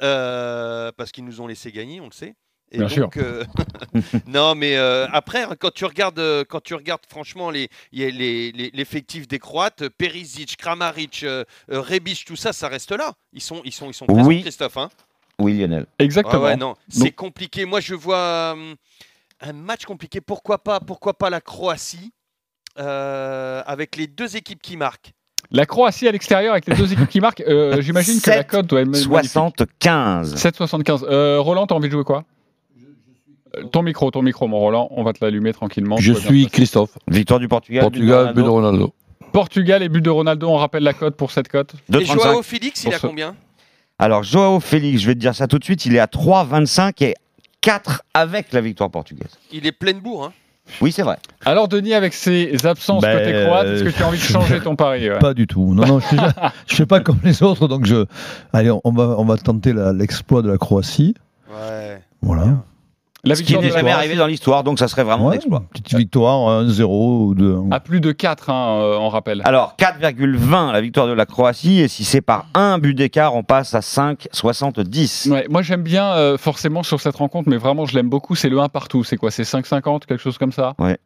euh, parce qu'ils nous ont laissé gagner, on le sait. Et Bien donc, euh, non, mais euh, après, quand tu regardes, quand tu regardes franchement les, les, les, l'effectif des Croates, Perisic, Kramaric, euh, Rebic, tout ça, ça reste là. Ils sont, ils sont, ils sont présents, oui. Christophe. Hein. Oui, Lionel. Exactement. Ah ouais, non, c'est compliqué. Moi, je vois euh, un match compliqué. Pourquoi pas, pourquoi pas la Croatie euh, avec les deux équipes qui marquent. La Croatie à l'extérieur avec les deux équipes qui marquent. Euh, j'imagine que la cote doit être soixante-quinze. sept virgule soixante-quinze. Euh, Roland, t'as envie de jouer quoi? Ton micro, ton micro, mon Roland, on va te l'allumer tranquillement. Je suis Christophe. Victoire du Portugal. Portugal, but de Ronaldo. Portugal et but de Ronaldo, on rappelle la cote pour cette cote. Et Joao Félix, il a combien? Alors, Joao Félix, je vais te dire ça tout de suite, il est à trois virgule vingt-cinq et quatre avec la victoire portugaise. Il est plein de bourre, hein. Oui, c'est vrai. Alors, Denis, avec ses absences ben, côté croate, est-ce que tu as envie de changer ton pari? Ouais. Pas du tout. Non, non, je ne fais pas comme les autres. Donc, je... Allez, on va, on va tenter la, l'exploit de la Croatie. Ouais. Voilà. La Ce qui n'est jamais arrivé dans l'histoire, donc ça serait vraiment ouais, un exploit. Petite victoire, un zéro ou deux. À plus de quatre, hein, euh, on rappelle. Alors, quatre virgule vingt la victoire de la Croatie, et si c'est par un but d'écart, on passe à cinq virgule soixante-dix. Ouais, moi, j'aime bien, euh, forcément, sur cette rencontre, mais vraiment, je l'aime beaucoup, c'est le un partout. C'est quoi? C'est cinq virgule cinquante, quelque chose comme ça? Ouais.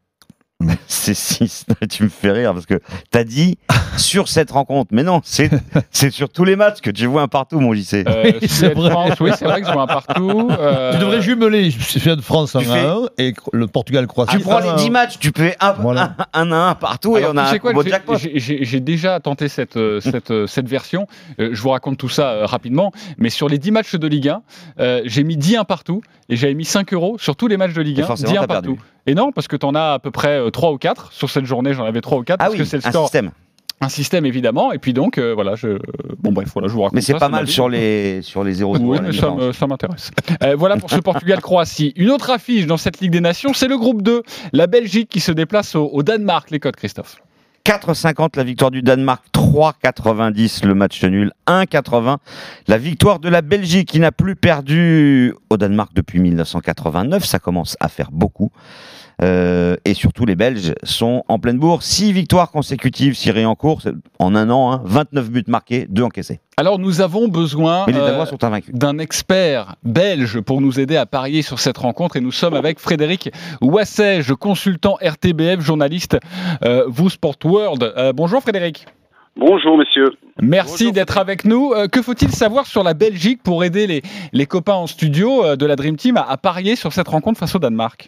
C'est six. Tu me fais rire parce que t'as dit sur cette rencontre, mais non, c'est, c'est sur tous les matchs que tu vois un partout, mon J C. Euh, oui, c'est vrai. France, oui, c'est vrai que je vois un partout. Euh... Tu devrais jumeler Suède France en un à un et le Portugal-Croatie. Tu prends les dix matchs, tu fais un, voilà. un, un à un partout. Alors, et on a un combo de jackpot. J'ai, j'ai, j'ai déjà tenté cette, cette, cette version. Euh, je vous raconte tout ça euh, rapidement. Mais sur les dix matchs de Ligue un, euh, j'ai mis dix un partout et j'avais mis cinq euros sur tous les matchs de Ligue un. dix un partout. Perdu. Et non, parce que tu en as à peu près euh, trois ou quatre. Sur cette journée, j'en avais trois ou quatre. Ah parce oui, que c'est le un score. système. Un système, évidemment. Et puis donc, euh, voilà, je... Bon, bref, voilà, je vous raconte mais c'est ça, pas c'est mal sur les, sur les zéro. Oui, mais ça, me, ça m'intéresse. Euh, voilà pour ce Portugal-Croatie. Une autre affiche dans cette Ligue des Nations, c'est le groupe deux. La Belgique qui se déplace au, au Danemark. Les codes, Christophe. quatre virgule cinquante la victoire du Danemark, trois virgule quatre-vingt-dix le match nul, un virgule quatre-vingts la victoire de la Belgique qui n'a plus perdu au Danemark depuis mille neuf cent quatre-vingt-neuf. Ça commence à faire beaucoup. Euh, et surtout, les Belges sont en pleine bourre. six victoires consécutives, Cyril en course, en un an, hein, vingt-neuf buts marqués, deux encaissés. Alors, nous avons besoin euh, sont d'un expert belge pour nous aider à parier sur cette rencontre. Et nous sommes avec Frédéric Wassège, consultant R T B F, journaliste euh, Vous Sport World. Euh, bonjour Frédéric. Bonjour messieurs. Merci d'être avec nous. Euh, que faut-il savoir sur la Belgique pour aider les, les copains en studio euh, de la Dream Team à, à parier sur cette rencontre face au Danemark?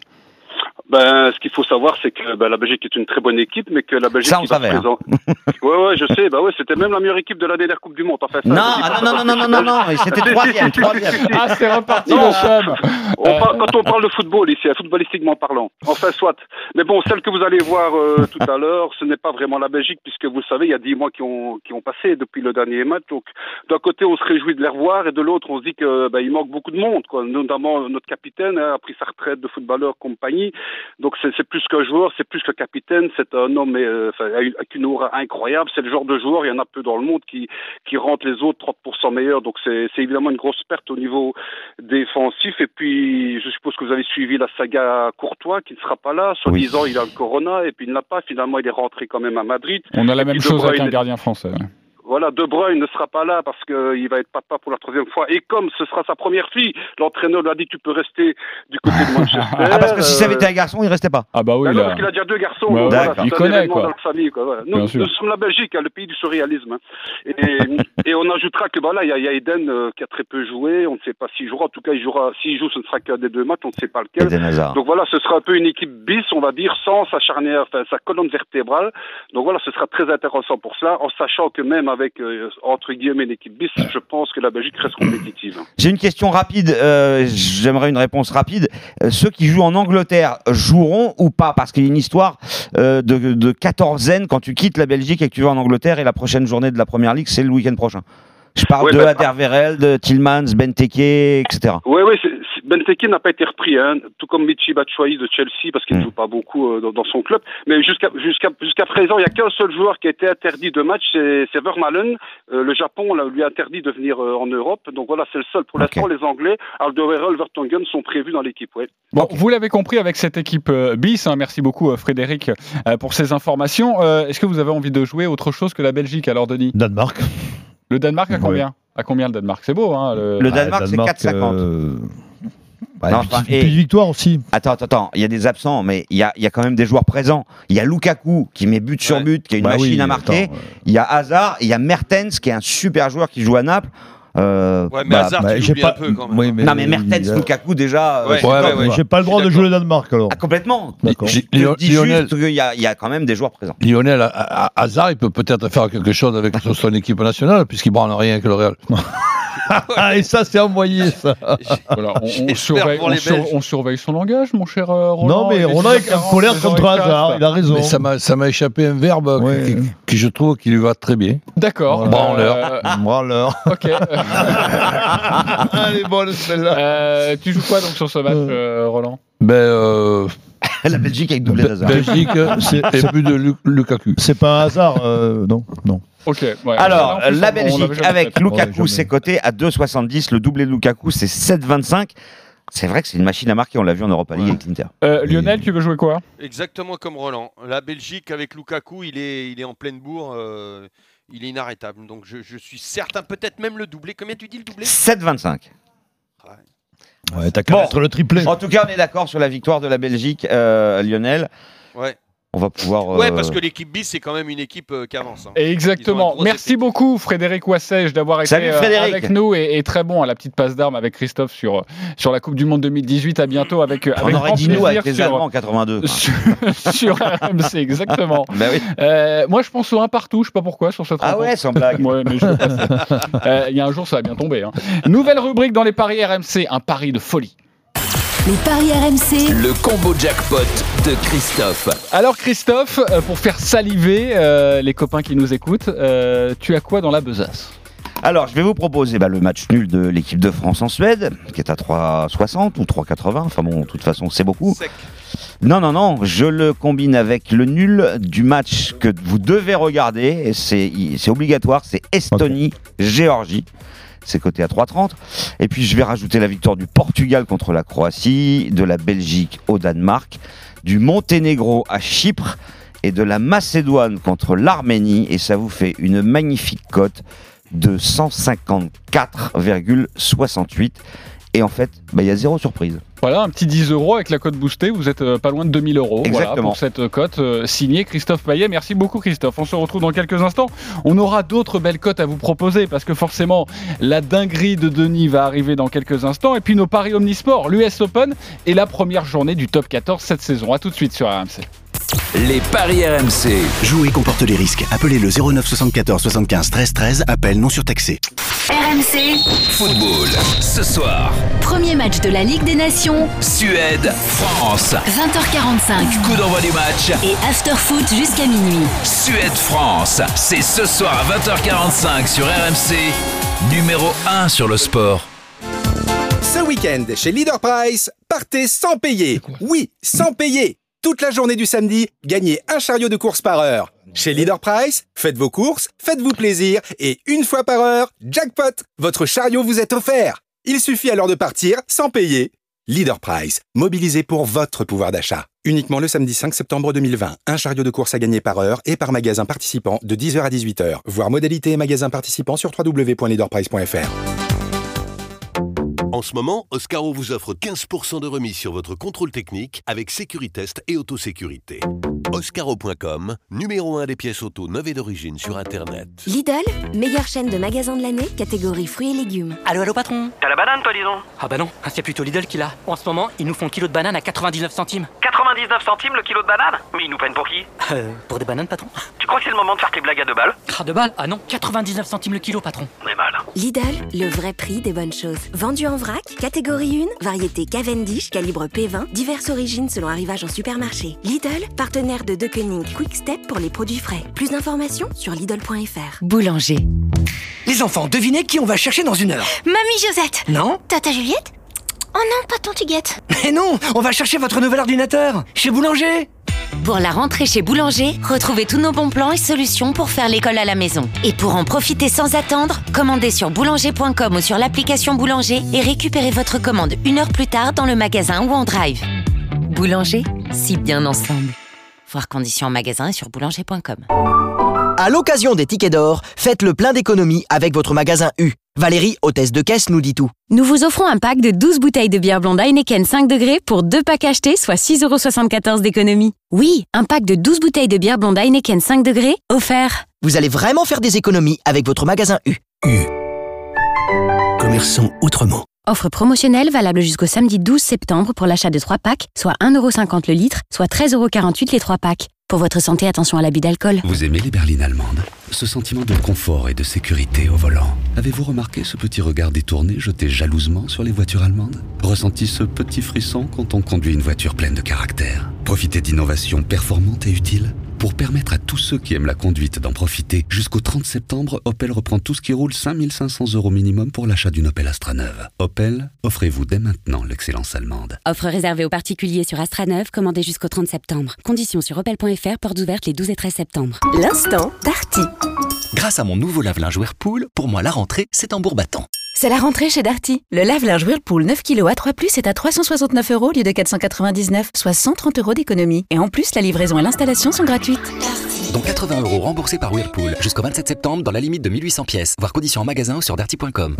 Ben, ce qu'il faut savoir, c'est que ben, la Belgique est une très bonne équipe, mais que la Belgique ça, on qui va savait, se présenter. Hein. Ouais, ouais, je sais. Bah ouais, c'était même la meilleure équipe de la dernière Coupe du Monde. Enfin, ça, non, ah, non, non, non, non, non, non, non, c'était troisième, troisième. Ah, c'est reparti le chum. On parle, quand on parle de football ici, footballistiquement parlant. Enfin, soit. Mais bon, celle que vous allez voir euh, tout à l'heure, ce n'est pas vraiment la Belgique, puisque vous le savez, il y a dix mois qui ont qui ont passé depuis le dernier match. Donc, d'un côté, on se réjouit de les revoir, et de l'autre, on se dit que ben, il manque beaucoup de monde, quoi. Notamment notre capitaine hein, a pris sa retraite de footballeur compagnie. Donc, c'est, c'est plus qu'un joueur, c'est plus que capitaine, c'est un homme euh, enfin, avec une aura incroyable. C'est le genre de joueur, il y en a peu dans le monde qui qui rendent les autres trente pour cent meilleurs. Donc, c'est c'est évidemment une grosse perte au niveau défensif. Et puis, je suppose que vous avez suivi la saga Courtois, qui ne sera pas là. Soi-disant, oui. Il a le corona, et puis il ne l'a pas. Finalement, il est rentré quand même à Madrid. On a la et même chose avec un gardien français. Ouais. Voilà, De Bruyne ne sera pas là parce qu'il va être papa pour la troisième fois. Et comme ce sera sa première fille, l'entraîneur lui a dit tu peux rester du côté de Manchester. Ah, parce que si ça avait été un garçon, il restait pas. Ah bah oui, bah là. Non, parce qu'il a déjà deux garçons. Ouais, donc ouais, voilà, il connaît quoi. Dans la famille, quoi. Voilà. Nous, nous sommes la Belgique, hein, le pays du surréalisme. Hein. Et, et on ajoutera que bah là, il y a, y a Eden euh, qui a très peu joué. On ne sait pas s'il jouera. En tout cas, il jouera. S'il joue, ce ne sera qu'un des deux matchs. On ne sait pas lequel. Donc voilà, ce sera un peu une équipe bis, on va dire, sans sa charnière, enfin sa colonne vertébrale. Donc voilà, ce sera très intéressant pour cela, en sachant que même avec euh, entre guillemets l'équipe bis, je pense que la Belgique reste compétitive. J'ai une question rapide, euh, j'aimerais une réponse rapide. Euh, ceux qui jouent en Angleterre joueront ou pas? Parce qu'il y a une histoire euh, de, de quatorzaine quand tu quittes la Belgique et que tu vas en Angleterre, et la prochaine journée de la Première Ligue, c'est le week-end prochain. Je parle ouais, de bah, Alderweireld, de Tillmans, Benteke, et cetera. Oui, oui, Benteke n'a pas été repris, hein, tout comme Michy Batshuayi de Chelsea, parce qu'il ne mmh. joue pas beaucoup euh, dans, dans son club. Mais jusqu'à jusqu'à jusqu'à présent, il n'y a qu'un seul joueur qui a été interdit de match, c'est, c'est Vermaelen. Euh, le Japon là, lui a interdit de venir euh, en Europe. Donc voilà, c'est le seul. Pour okay. l'instant, les Anglais, Alderweireld, Vertonghen sont prévus dans l'équipe. Ouais. Bon, okay. Vous l'avez compris avec cette équipe euh, bis. Hein, merci beaucoup, euh, Frédéric, euh, pour ces informations. Euh, est-ce que vous avez envie de jouer autre chose que la Belgique, alors, Denis? Danemark. Le Danemark à combien? Ouais. À combien le Danemark? C'est beau, hein Le, le Danemark, ah, Danemark c'est quatre cinquante. Euh... Bah, non, enfin, et... puis victoire aussi. Attends, attends, attends. Il y a des absents, mais il y a, il y a quand même des joueurs présents. Il y a Lukaku qui met but sur but, qui a une bah machine oui, à marquer. Attends, ouais. Il y a Hazard, il y a Mertens qui est un super joueur qui joue à Naples. Euh, ouais, mais bah, Hazard, bah, tu l'oublies pas... un peu quand même. Oui, mais non, mais Mertens, a... Lukaku déjà. Ouais, ouais, ouais, ouais. J'ai pas le droit de jouer le Danemark alors. Ah, complètement. D'accord. Je te dis juste qu'il y a, il y a quand même des joueurs présents. Lionel, à, à, Hazard, il peut peut-être faire quelque chose avec son équipe nationale puisqu'il branle rien avec le Real. Ah, et ça, c'est envoyé, ça. Voilà, on, on, surveille, on, sur, on surveille son langage, mon cher euh, Roland. Non, mais Roland est en colère contre Hazard, il a raison. Mais ça m'a, ça m'a échappé un verbe ouais. qui, qui, je trouve, qui lui va très bien. D'accord. Branleur. Euh, Branleur. Ok. Elle est bonne, celle-là. Euh, tu joues quoi, donc, sur ce match, euh, Roland? Ben, euh... La Belgique avec doublé d'Hazard. Belgique c'est, et plus de Lukaku. C'est pas un hasard, euh, non, non. Okay, ouais. Alors, plus, la Belgique avec fait. Lukaku, ouais, c'est coté à deux soixante-dix. Le doublé de Lukaku, c'est sept vingt-cinq. C'est vrai que c'est une machine à marquer, on l'a vu en Europa League ouais. avec l'Inter. Euh, Lionel, tu veux jouer quoi? Exactement comme Roland. La Belgique avec Lukaku, il est, il est en pleine bourre. Euh, il est inarrêtable. Donc je, je suis certain, peut-être même le doublé. Combien tu dis le doublé? sept vingt-cinq. Ouais. Ouais, t'as qu'à bon, mettre le triplé. En tout cas, on est d'accord sur la victoire de la Belgique, euh, Lionel. Ouais. On va pouvoir. Euh... Ouais, parce que l'équipe bis, c'est quand même une équipe euh, qui avance. Hein. Exactement. Merci équipe. beaucoup, Frédéric Wassège, d'avoir été Salut, euh, avec nous et, et très bon à la petite passe d'armes avec Christophe sur, sur la Coupe du Monde deux mille dix-huit. À bientôt avec. On avec aurait dit nous avec les sur, Allemands en quatre-vingt-deux. Sur, sur R M C, exactement. Ben oui. euh, moi, je pense au un partout, je sais pas pourquoi, sur cette Ah rencontre. ouais, sans blague. Ouais, mais je euh, il y a un jour, ça va bien tomber. Hein. Nouvelle rubrique dans les paris R M C, un pari de folie. Les paris R M C. Le combo jackpot de Christophe. Alors Christophe, pour faire saliver euh, les copains qui nous écoutent, euh, tu as quoi dans la besace? Alors, je vais vous proposer bah, le match nul de l'équipe de France en Suède, qui est à trois soixante ou trois quatre-vingts. Enfin bon, de toute façon, c'est beaucoup. Sec. Non, non, non. Je le combine avec le nul du match que vous devez regarder. Et c'est, c'est obligatoire. C'est Estonie-Géorgie. C'est coté à trois trente. Et puis je vais rajouter la victoire du Portugal contre la Croatie, de la Belgique au Danemark, du Monténégro à Chypre et de la Macédoine contre l'Arménie. Et ça vous fait une magnifique cote de cent cinquante-quatre virgule soixante-huit. Et en fait, bah, y a zéro surprise. Voilà, un petit dix euros avec la cote boostée, vous êtes euh, pas loin de deux mille euros. Exactement. Voilà, pour cette cote euh, signée Christophe Payet. Merci beaucoup Christophe. On se retrouve dans quelques instants. On aura d'autres belles cotes à vous proposer parce que forcément la dinguerie de Denis va arriver dans quelques instants. Et puis nos paris omnisports, l'U S Open et la première journée du top quatorze cette saison. A tout de suite sur R M C. Les paris R M C. Jouer comporte les risques. Appelez le zéro neuf soixante-quatorze soixante-quinze treize treize. Appel non surtaxé. R M C Football. Ce soir, Premier match de la Ligue des Nations, Suède, France. vingt heures quarante-cinq. Coup d'envoi du match. Et after foot jusqu'à minuit. Suède, France. C'est ce soir à vingt heures quarante-cinq sur R M C. Numéro un sur le sport. Ce week-end, chez Leader Price, partez sans payer. Oui, sans payer. Toute la journée du samedi, gagnez un chariot de course par heure. Chez Leader Price, faites vos courses, faites-vous plaisir et une fois par heure, jackpot, votre chariot vous est offert. Il suffit alors de partir sans payer. Leader Price, mobilisé pour votre pouvoir d'achat. Uniquement le samedi cinq septembre deux mille vingt. Un chariot de course à gagner par heure et par magasin participant de dix heures à dix-huit heures. Voir modalité et magasin participant sur w w w point leader price point f r. En ce moment, Oscaro vous offre quinze pour cent de remise sur votre contrôle technique avec Sécuritest et autosécurité. Oscaro point com, numéro un des pièces auto neuves et d'origine sur Internet. Lidl, meilleure chaîne de magasins de l'année, catégorie fruits et légumes. Allô, allô patron. T'as la banane toi, disons? Ah bah non, c'est plutôt Lidl qui l'a. En ce moment, ils nous font kilo de banane à quatre-vingt-dix-neuf centimes. quatre-vingt-dix-neuf centimes le kilo de banane? Mais ils nous prennent pour qui? Euh, pour des bananes patron. Tu crois que c'est le moment de faire tes blagues à deux balles? Ah, deux balles? Ah non, quatre-vingt-dix-neuf centimes le kilo patron. On est mal. Lidl, le vrai prix des bonnes choses. Vendu en vrac, catégorie un, variété Cavendish, calibre P vingt, diverses origines selon arrivage en supermarché. Lidl, partenaire de Deceuninck Quick Step pour les produits frais. Plus d'informations sur Lidl point f r. Boulanger. Les enfants, devinez qui on va chercher dans une heure? Mamie Josette. Non? Tata Juliette. Oh non, pas tonton Guette. Mais non, on va chercher votre nouvel ordinateur chez Boulanger. Pour la rentrée chez Boulanger, retrouvez tous nos bons plans et solutions pour faire l'école à la maison. Et pour en profiter sans attendre, commandez sur boulanger point com ou sur l'application Boulanger et récupérez votre commande une heure plus tard dans le magasin ou en drive. Boulanger, si bien ensemble. Voir conditions en magasin et sur boulanger point com. À l'occasion des tickets d'or, faites le plein d'économies avec votre magasin U. Valérie, hôtesse de caisse, nous dit tout. Nous vous offrons un pack de douze bouteilles de bière blonde Heineken cinq degrés pour deux packs achetés, soit six euros soixante-quatorze d'économie. Oui, un pack de douze bouteilles de bière blonde Heineken cinq degrés offert. Vous allez vraiment faire des économies avec votre magasin U. U. Commerçants autrement. Offre promotionnelle valable jusqu'au samedi douze septembre pour l'achat de trois packs, soit un euro cinquante le litre, soit treize euros quarante-huit les trois packs. Pour votre santé, attention à l'abus d'alcool. Vous aimez les berlines allemandes? Ce sentiment de confort et de sécurité au volant. Avez-vous remarqué ce petit regard détourné jeté jalousement sur les voitures allemandes? Ressenti ce petit frisson quand on conduit une voiture pleine de caractère? Profitez d'innovations performantes et utiles? Pour permettre à tous ceux qui aiment la conduite d'en profiter, jusqu'au trente septembre, Opel reprend tout ce qui roule cinq mille cinq cents euros minimum pour l'achat d'une Opel Astra neuve. Opel, offrez-vous dès maintenant l'excellence allemande. Offre réservée aux particuliers sur Astra neuve, commandée jusqu'au trente septembre. Conditions sur opel point f r, portes ouvertes les douze et treize septembre. L'instant Darty. Grâce à mon nouveau lave-linge Whirlpool, pour moi la rentrée, c'est tambour battant. C'est la rentrée chez Darty. Le lave-linge Whirlpool neuf kilos A trois plus est à trois cent soixante-neuf euros au lieu de quatre cent quatre-vingt-dix-neuf, soit cent trente euros d'économie. Et en plus, la livraison et l'installation sont gratuites. Dont quatre-vingts euros remboursés par Whirlpool jusqu'au vingt-sept septembre dans la limite de mille huit cents pièces. Voir conditions en magasin ou sur darty point com.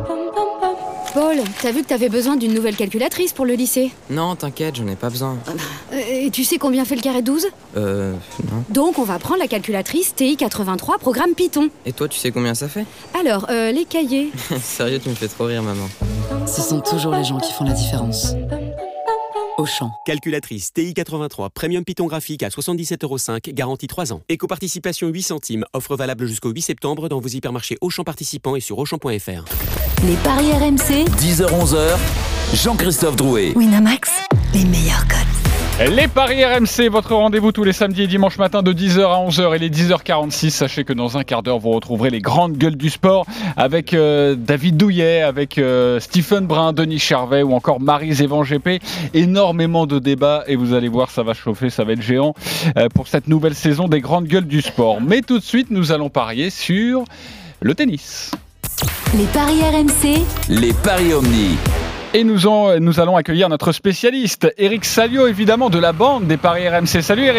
Paul, t'as vu que t'avais besoin d'une nouvelle calculatrice pour le lycée? Non, t'inquiète, j'en ai pas besoin. Et tu sais combien fait le carré douze? Euh, non. Donc on va prendre la calculatrice T I quatre-vingt-trois programme Python. Et toi, tu sais combien ça fait? Alors, euh, les cahiers. Sérieux, tu me fais trop rire, maman. Ce sont toujours les gens qui font la différence. Auchan. Calculatrice T I quatre-vingt-trois, Premium Python graphique à soixante-dix-sept euros cinq, garantie trois ans. Éco-participation huit centimes, offre valable jusqu'au huit septembre dans vos hypermarchés Auchan participants et sur auchan point f r. Les paris R M C. dix heures onze heures, Jean-Christophe Drouet. Winamax, les meilleurs codes. Les paris R M C, votre rendez-vous tous les samedis et dimanches matin de dix heures à onze heures et les dix heures quarante-six. Sachez que dans un quart d'heure, vous retrouverez les grandes gueules du sport avec euh, David Douillet, avec euh, Stephen Brun, Denis Charvet ou encore Maryse Evan G P. Énormément de débats et vous allez voir, ça va chauffer, ça va être géant euh, pour cette nouvelle saison des grandes gueules du sport. Mais tout de suite, nous allons parier sur le tennis. Les paris R M C. Les paris Omni. Et nous, en, nous allons accueillir notre spécialiste, Eric Salio, évidemment, de la bande des paris R M C. Salut Eric.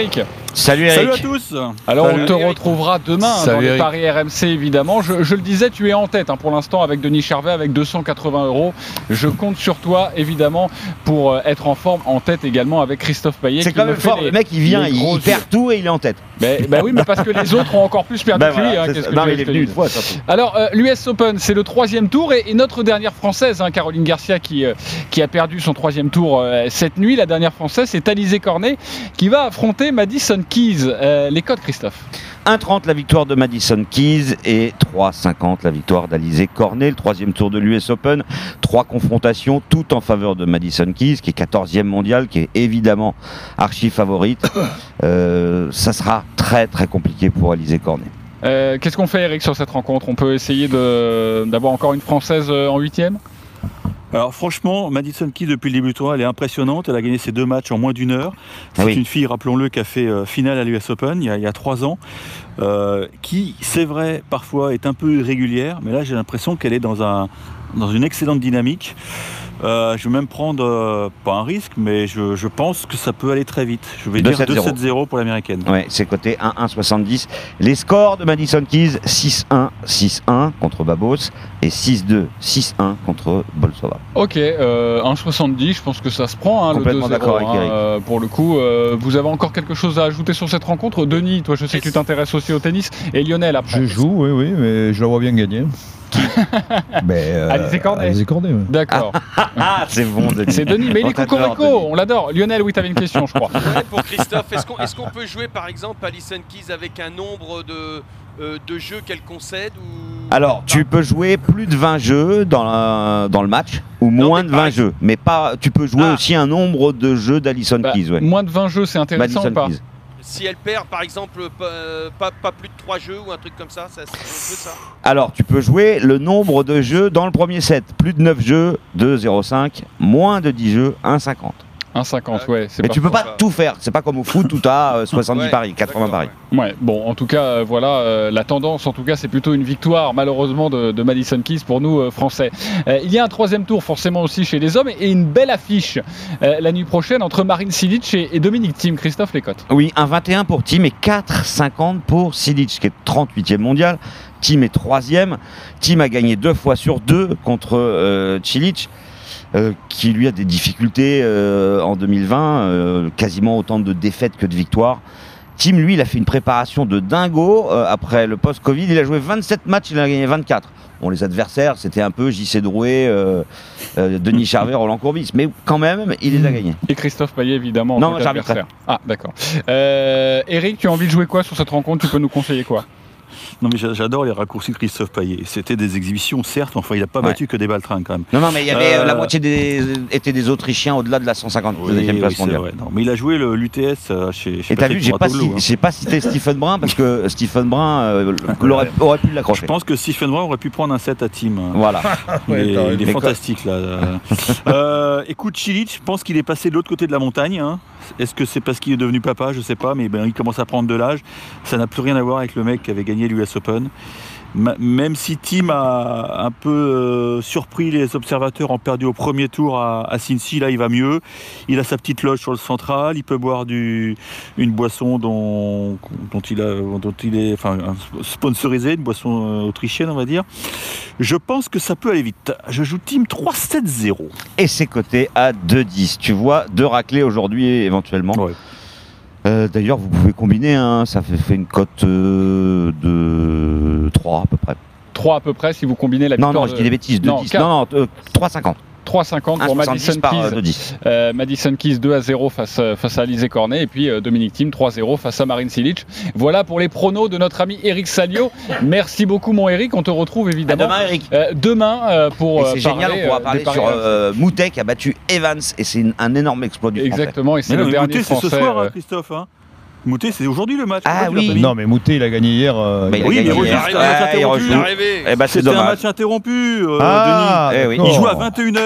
Salut Eric. Salut à tous. Alors Salut on te Eric. retrouvera demain hein, Salut dans les Eric. paris R M C évidemment. Je, je le disais, tu es en tête hein, pour l'instant avec Denis Charvet avec deux cent quatre-vingts euros. Je compte sur toi évidemment pour euh, être en forme en tête également avec Christophe Payet. C'est quand même fort, les, le mec il vient, il, il perd tout et il est en tête. Mais, bah oui, mais parce que les autres ont encore plus perdu Ben que lui. voilà, Hein, c'est qu'est-ce ça. que Non, tu mais veux il est que je te venu une dise. fois, surtout. Alors euh, l'U S Open, c'est le troisième tour et, et notre dernière française, hein, Caroline Garcia, qui, euh, qui a perdu son troisième tour euh, cette nuit. La dernière française, c'est Alizé Cornet qui va affronter Madison Keys. Euh, les codes, Christophe. un trente la victoire de Madison Keys et trois cinquante la victoire d'Alizé Cornet. Le troisième tour de l'U S Open. Trois confrontations, toutes en faveur de Madison Keys, qui est quatorzième mondiale, qui est évidemment archi favorite. Euh, ça sera très très compliqué pour Alizé Cornet. Euh, Qu'est-ce qu'on fait, Eric, sur cette rencontre? On peut essayer de- d'avoir encore une française euh, en huitième? Alors franchement, Madison Keys depuis le début du tournoi, elle est impressionnante. Elle a gagné ses deux matchs en moins d'une heure. C'est Oui. une fille, rappelons-le, qui a fait euh, finale à l'U S Open il y a, il y a trois ans, euh, qui, c'est vrai, parfois est un peu irrégulière, mais là j'ai l'impression qu'elle est dans, un, dans une excellente dynamique. Euh, je vais même prendre, euh, pas un risque, mais je, je pense que ça peut aller très vite. Je vais dire deux sept zéro pour l'américaine. Ouais, c'est coté un un soixante-dix. Les scores de Madison Keys, six un, six un contre Babos et six deux, six un contre Bolsova. Ok, euh, un soixante-dix, je pense que ça se prend, hein, le Complètement deux zéro. d'accord avec Hein, Eric. euh, pour le coup, euh, vous avez encore quelque chose à ajouter sur cette rencontre? Denis, toi je sais que tu t'intéresses aussi au tennis. Et Lionel après. Je joue, oui, oui, mais je la vois bien gagner. mais, euh, Alizé Cornet. Alizé Cornet, ouais. D'accord. Ah, c'est bon, Denis. C'est Denis, mais il On est t'adore, cocorico, Denis. on l'adore. Lionel, oui, t'avais une question, je crois. Ouais, pour Christophe, est-ce qu'on est-ce qu'on peut jouer par exemple Alison Keys avec un nombre de, euh, de jeux qu'elle concède ou... Alors, tu peux jouer plus de vingt jeux dans, la- dans le match ou moins de vingt jeux, mais pas. Tu peux jouer aussi un nombre de jeux d'Alison Keys. Ouais. Moins de vingt jeux, c'est intéressant Madison ou pas? Keys. Si elle perd par exemple pas, pas, pas plus de trois jeux ou un truc comme ça, ça c'est un peu ça. Alors, tu peux jouer le nombre de jeux dans le premier set. Plus de neuf jeux, deux zéro cinq. Moins de dix jeux, un cinquante. un cinquante, ouais. c'est Mais pas tu peux faux. pas tout faire. C'est pas comme au foot où tu as soixante-dix paris, quatre-vingts paris. Ouais, bon, en tout cas, euh, voilà, euh, la tendance, en tout cas, c'est plutôt une victoire, malheureusement, de, de Madison Keys pour nous, euh, Français. Euh, il y a un troisième tour, forcément, aussi chez les hommes, et une belle affiche euh, la nuit prochaine entre Marin Cilic et, et Dominic Thiem. Christophe Lécotte. Oui, un vingt et un pour Thiem et quatre cinquante pour Cilic, qui est trente-huitième mondial. Thiem est troisième. Thiem a gagné deux fois sur deux contre euh, Cilic. Euh, qui lui a des difficultés euh, en deux mille vingt, euh, quasiment autant de défaites que de victoires. Thiem, lui, il a fait une préparation de dingo euh, après le post-Covid. Il a joué vingt-sept matchs, il en a gagné vingt-quatre. Bon, les adversaires, c'était un peu J C Drouet, euh, euh, Denis Charvet, Roland Courbis. Mais quand même, il les a gagnés. Et Christophe Payet, évidemment, en Non, tant j'arbitrerai. qu'adversaire. Ah, d'accord. Euh, Eric, tu as envie de jouer quoi sur cette rencontre? Tu peux nous conseiller quoi? Non mais j'a- j'adore les raccourcis de Christophe Payet. C'était des exhibitions certes, mais enfin il n'a pas Ouais. battu que des baltrins quand même. Non, non, mais il y avait euh, Euh, la moitié des étaient des Autrichiens au-delà de la cent cinquante-deuxième Oui, place oui, c'est mondiale. vrai. Non, mais il a joué le- l'U T S euh, chez, chez Et t'as vu, Patrick j'ai pas, Mouratoglou, ci- hein. j'ai pas cité Stephen Brun parce que Stephen Brun euh, l'aurait- aurait pu l'accrocher. Je pense que Stephen Brun aurait pu prendre un set à Thiem. Voilà. Il Ouais, est, t'as il est raison. fantastique là. Euh, écoute, Cilic, je pense qu'il est passé de l'autre côté de la montagne. Hein. Est-ce que c'est parce qu'il est devenu papa? Je sais pas, mais ben, il commence à prendre de l'âge. Ça n'a plus rien à voir avec le mec qui avait gagné l'U S Open. Ma- Même si Thiem a un peu euh, surpris les observateurs en perdu au premier tour à, à Cincy, là il va mieux. Il a sa petite loge sur le central, il peut boire du, une boisson dont, dont, il a, dont il est enfin, sponsorisé, une boisson euh, autrichienne on va dire. Je pense que ça peut aller vite. Je joue Thiem trois sept zéro. Et c'est coté à deux dix. Tu vois, deux raclés aujourd'hui éventuellement. Euh, D'ailleurs, vous pouvez combiner, hein, ça fait, fait une cote euh, de trois à peu près. trois à peu près si vous combinez la Non, victoire non, je de- dis des bêtises, deux Non, dix. quatre. Non, non, euh, trois cinquante. trois cinquante pour un soixante-dix Madison par, euh, Keys. deux dix. Euh, Madison Keys deux à zéro face, euh, face à Alizé Cornet et puis euh, Dominic Thiem trois zéro face à Marin Cilic. Voilà pour les pronos de notre ami Eric Salio. Merci beaucoup mon Eric, on te retrouve évidemment. À demain, Eric. Euh, demain euh, pour Et euh, c'est génial, parler, on pourra euh, parler des paris sur R M C. euh, Moutet qui a battu Evans et c'est une- un énorme exploit du Français. Exactement, et c'est Mais le non, mais dernier Moutet, c'est ce Français. soir, hein, euh, Christophe. Hein. Moutet, c'est aujourd'hui le match. Ah Pourquoi tu l'as oui. pas mis Non, mais Moutet, il a gagné hier. euh, Mais il a Oui, gagné mais hier. Roger, il a un match Ouais, il interrompu. rejoue. Eh ben, c'est C'était un dommage. match interrompu, euh, Ah, Denis. Eh oui. Il joue à vingt et une heures.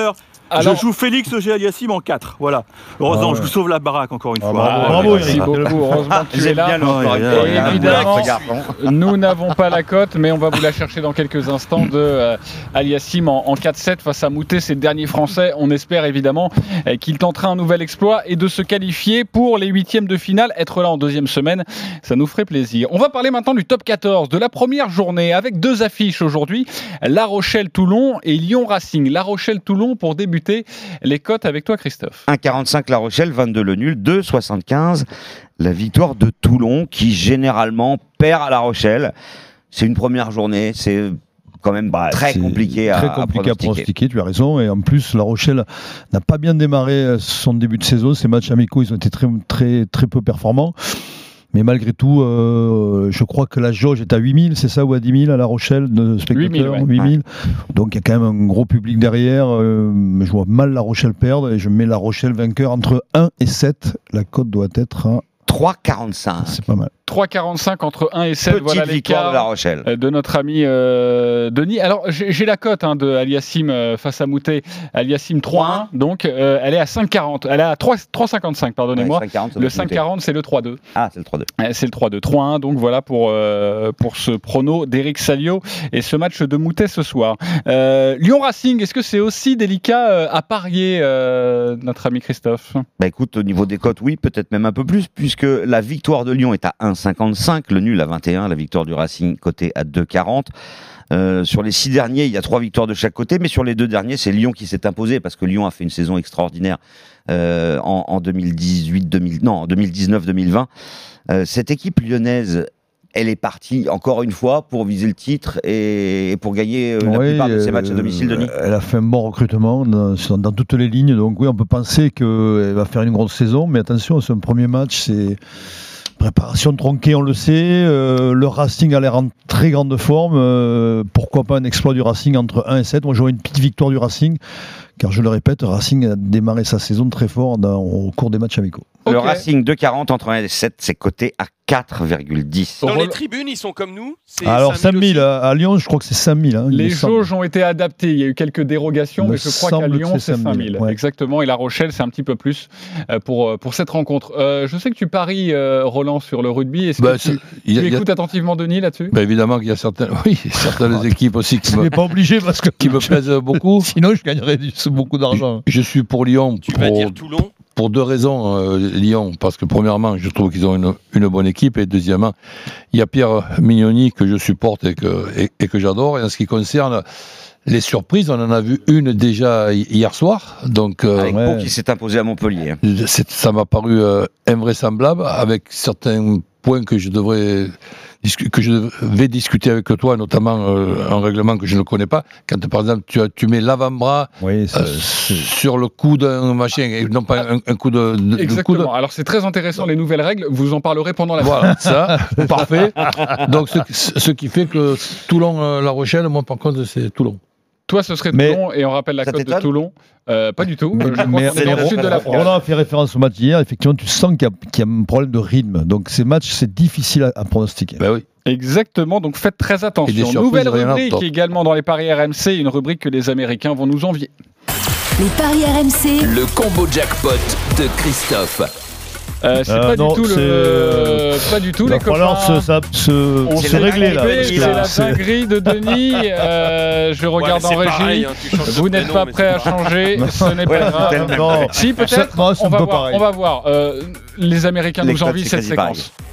Alors... Je joue Félix Auger-Aliassime en quatre. Voilà. Heureusement, ah ouais. je vous sauve la baraque encore une ah fois. Bravo, ah, bravo Eric. Heureusement que tu es là. Et évidemment, nous n'avons pas la cote, mais on va vous la chercher dans quelques instants de euh, Aliassime en, en quatre sept face à Moutet, c'est le dernier français. On espère évidemment euh, qu'il tentera un nouvel exploit et de se qualifier pour les huitièmes de finale. Être là en deuxième semaine, ça nous ferait plaisir. On va parler maintenant du top quatorze de la première journée avec deux affiches aujourd'hui. La Rochelle-Toulon et Lyon-Racing. La Rochelle-Toulon pour débuter. Les cotes avec toi, Christophe. un virgule quarante-cinq La Rochelle, vingt-deux le nul, deux virgule soixante-quinze la victoire de Toulon qui généralement perd à La Rochelle. C'est une première journée, c'est quand même bah, très compliqué, à, très compliqué à, pronostiquer. à pronostiquer. Tu as raison. Et en plus, La Rochelle n'a pas bien démarré son début de saison. Ses matchs amicaux, ils ont été très, très, très peu performants. Mais malgré tout, euh, je crois que la jauge est à huit mille, c'est ça, ou à dix mille à La Rochelle de spectateurs, huit mille. Donc il y a quand même un gros public derrière. Euh, je vois mal La Rochelle perdre et je mets La Rochelle vainqueur entre un et sept. La cote doit être à trois virgule quarante-cinq. C'est pas mal. trois virgule quarante-cinq entre un et sept. Petite voilà victoire de La Rochelle. De notre ami euh, Denis. Alors, j'ai, j'ai la cote hein, de Aliassime euh, face à Moutet. Aliassime trois un. Donc, euh, elle est à cinq virgule quarante. Elle est à trois virgule cinquante-cinq, pardonnez-moi. Ouais, cinq virgule quarante, le cinq virgule quarante, c'est le trois deux. Ah, c'est le trois deux. C'est le trois deux. trois un. Donc, voilà pour, euh, pour ce prono d'Éric Salio et ce match de Moutet ce soir. Euh, Lyon-Racing, est-ce que c'est aussi délicat euh, à parier, euh, notre ami Christophe ? Bah écoute, au niveau des cotes, oui, peut-être même un peu plus, puisque la victoire de Lyon est à un virgule cinquante-cinq, le nul à vingt et un, la victoire du Racing cotée à deux virgule quarante. Euh, sur les six derniers, il y a trois victoires de chaque côté, mais sur les deux derniers, c'est Lyon qui s'est imposé parce que Lyon a fait une saison extraordinaire euh, en, en deux mille dix-huit, deux mille, non, en deux mille dix-neuf deux mille vingt. Euh, cette équipe lyonnaise, elle est partie encore une fois pour viser le titre et, et pour gagner euh, la oui, plupart de ses matchs à domicile, Denis. Elle a fait un bon recrutement dans, dans toutes les lignes, donc oui, on peut penser qu'elle va faire une grosse saison, mais attention, c'est un premier match, c'est préparation tronquée, on le sait. Euh, le Racing a l'air en très grande forme. Euh, pourquoi pas un exploit du Racing entre un et sept. Moi, j'aurais une petite victoire du Racing, car je le répète, Racing a démarré sa saison très fort dans, au cours des matchs amicaux. Le Okay. Racing deux virgule quarante entre un et sept, c'est coté à quatre virgule dix. Dans les tribunes, ils sont comme nous. C'est Alors cinq mille, à, à Lyon, je crois que c'est cinq mille. Hein, les jauges ont été adaptées. Il y a eu quelques dérogations, mais je crois qu'à Lyon, c'est cinq mille. Ouais. Exactement. Et La Rochelle, c'est un petit peu plus pour, pour cette rencontre. Euh, je sais que tu paries, euh, Roland, sur le rugby. Est-ce bah, que tu, tu a, écoutes a... attentivement Denis là-dessus ? Bah, évidemment qu'il y a certaines, oui, certaines équipes aussi qui me... pas obligé parce que qui me plaisent beaucoup. Sinon, je gagnerais du, beaucoup d'argent. Je suis pour Lyon. Tu pour... vas dire Toulon ? Pour deux raisons, euh, Lyon, parce que premièrement, je trouve qu'ils ont une, une bonne équipe, et deuxièmement, il y a Pierre Mignoni que je supporte et que, et, et que j'adore. Et en ce qui concerne les surprises, on en a vu une déjà hier soir. Donc, euh, avec Pau qui s'est imposé à Montpellier. C'est, ça m'a paru euh, invraisemblable, avec certains points que je devrais... que je vais discuter avec toi, notamment euh, un règlement que je ne connais pas. Quand par exemple tu, as, tu mets l'avant-bras oui, euh, sur le coup d'un machin, et non pas un, un coup de, de Exactement. De coude. Alors c'est très intéressant les nouvelles règles. Vous en parlerez pendant la. Voilà, ça, parfait. Donc ce, ce qui fait que Toulon, euh, La Rochelle, moi par contre c'est Toulon. Toi, ce serait mais Toulon, et on rappelle la cote de Toulon. Euh, pas du tout. Mais, je crois mais, qu'on est dans le sud de la France. On a fait référence au match hier. Effectivement, tu sens qu'il y a, qu'il y a un problème de rythme. Donc, ces matchs, c'est difficile à, à pronostiquer. Ben oui. Exactement. Donc, faites très attention. Nouvelle rubrique également dans les paris R M C. Une rubrique que les Américains vont nous envier. Les paris R M C. Le combo jackpot de Christophe. Euh, c'est euh, pas, non, du tout le, euh, pas du tout les copains. Alors se, ça, se, on s'est réglé là. C'est la dinguerie de Denis. Euh, je regarde ouais, en régie. Pareil, hein, vous n'êtes pas prêt à changer. Ce n'est pas grave. Non. Si peut-être. Non, on, va voir, on va voir. Euh, les Américains les nous envient cette séquence. Pareil.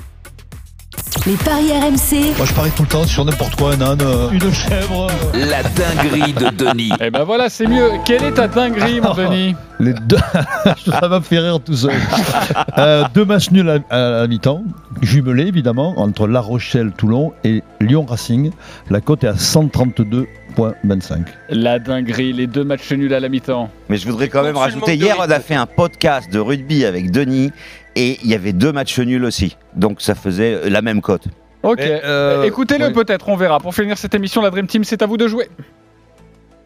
Les paris R M C. Moi je parie tout le temps sur n'importe quoi, un âne, une chèvre. La dinguerie de Denis. Et ben voilà, c'est mieux. Quelle est ta dinguerie, mon Denis ? Les deux, ça va me faire rire tout seul. euh, deux matchs nuls à, à, à la mi-temps, jumelés évidemment, entre La Rochelle, Toulon et Lyon Racing. La cote est à cent trente-deux virgule vingt-cinq. La dinguerie, les deux matchs nuls à la mi-temps. Mais je voudrais quand même Donc, rajouter, hier on a fait un podcast de rugby avec Denis et il y avait deux matchs nuls aussi. Donc ça faisait la même cote. Ok, euh, écoutez-le oui. peut-être, on verra. Pour finir cette émission, la Dream Team, c'est à vous de jouer.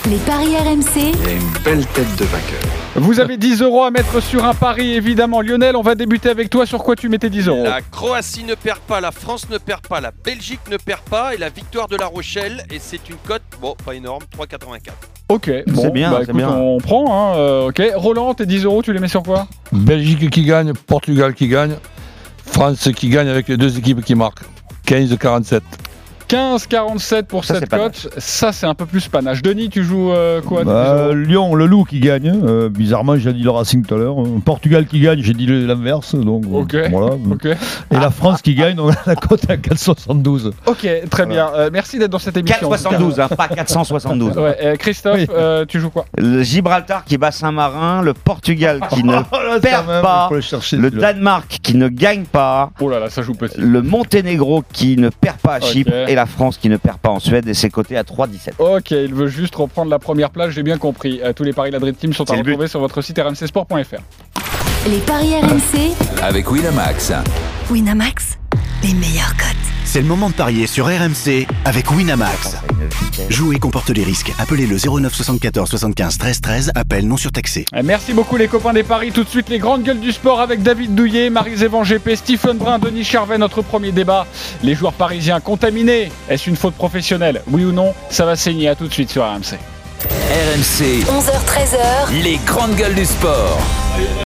Les paris R M C. Il y a une belle tête de vainqueur. Vous avez dix euros à mettre sur un pari, évidemment. Lionel, on va débuter avec toi. Sur quoi tu mettais dix euros? La Croatie ne perd pas, la France ne perd pas, la Belgique ne perd pas et la victoire de La Rochelle. Et c'est une cote, bon, pas énorme, trois virgule quatre-vingt-quatre. Ok, bon, c'est bien, bah, c'est écoute, bien. on prend. Hein, euh, ok, Roland, tes dix euros, tu les mets sur quoi? Belgique qui gagne, Portugal qui gagne, France qui gagne avec les deux équipes qui marquent. quinze quarante-sept. quinze quarante-sept pour Ça, cette c'est cote. Ça, c'est un peu plus panache. Denis, tu joues euh, quoi? Bah, Lyon, le loup qui gagne. Euh, bizarrement, j'ai dit le Racing tout à l'heure. Euh, Portugal qui gagne, j'ai dit l'inverse. Donc Ok. euh, voilà. Ok. Et la France qui gagne, donc la cote est à quatre soixante-douze. Ok, très bien. Euh, merci d'être dans cette émission. quatre soixante-douze, hein, pas quatre cent soixante-douze. Ouais, euh, Christophe, Oui. euh, tu joues quoi? Le Gibraltar qui bat Saint-Marin, le Portugal qui ne Oh là, perd quand même, pas, faut le chercher, le celui-là. Danemark qui ne gagne pas, Oh là là, ça joue petit. le Monténégro qui ne perd pas à Ok. Chypre et la France qui ne perd pas en Suède et c'est coté à trois virgule dix-sept. Ok, il veut juste reprendre la première place, j'ai bien compris. Euh, tous les paris de la Dream Team sont à C'est le but. retrouver sur votre site r m c sport point f r. Les paris R M C. Avec Winamax. Winamax, les meilleurs cotes. C'est le moment de parier sur R M C avec Winamax. Jouer comporte les risques. Appelez le zéro neuf soixante-quatorze soixante-quinze treize treize. Appel non surtaxé. Euh, Merci beaucoup les copains des paris. Tout de suite les grandes gueules du sport avec David Douillet, Marie-Zévan G P, Stephen Brun, Denis Charvet. Notre premier débat. Les joueurs parisiens contaminés. Est-ce une faute professionnelle? Oui ou non? Ça va saigner. À tout de suite sur R M C. R M C, onze heures treize. les grandes gueules du sport.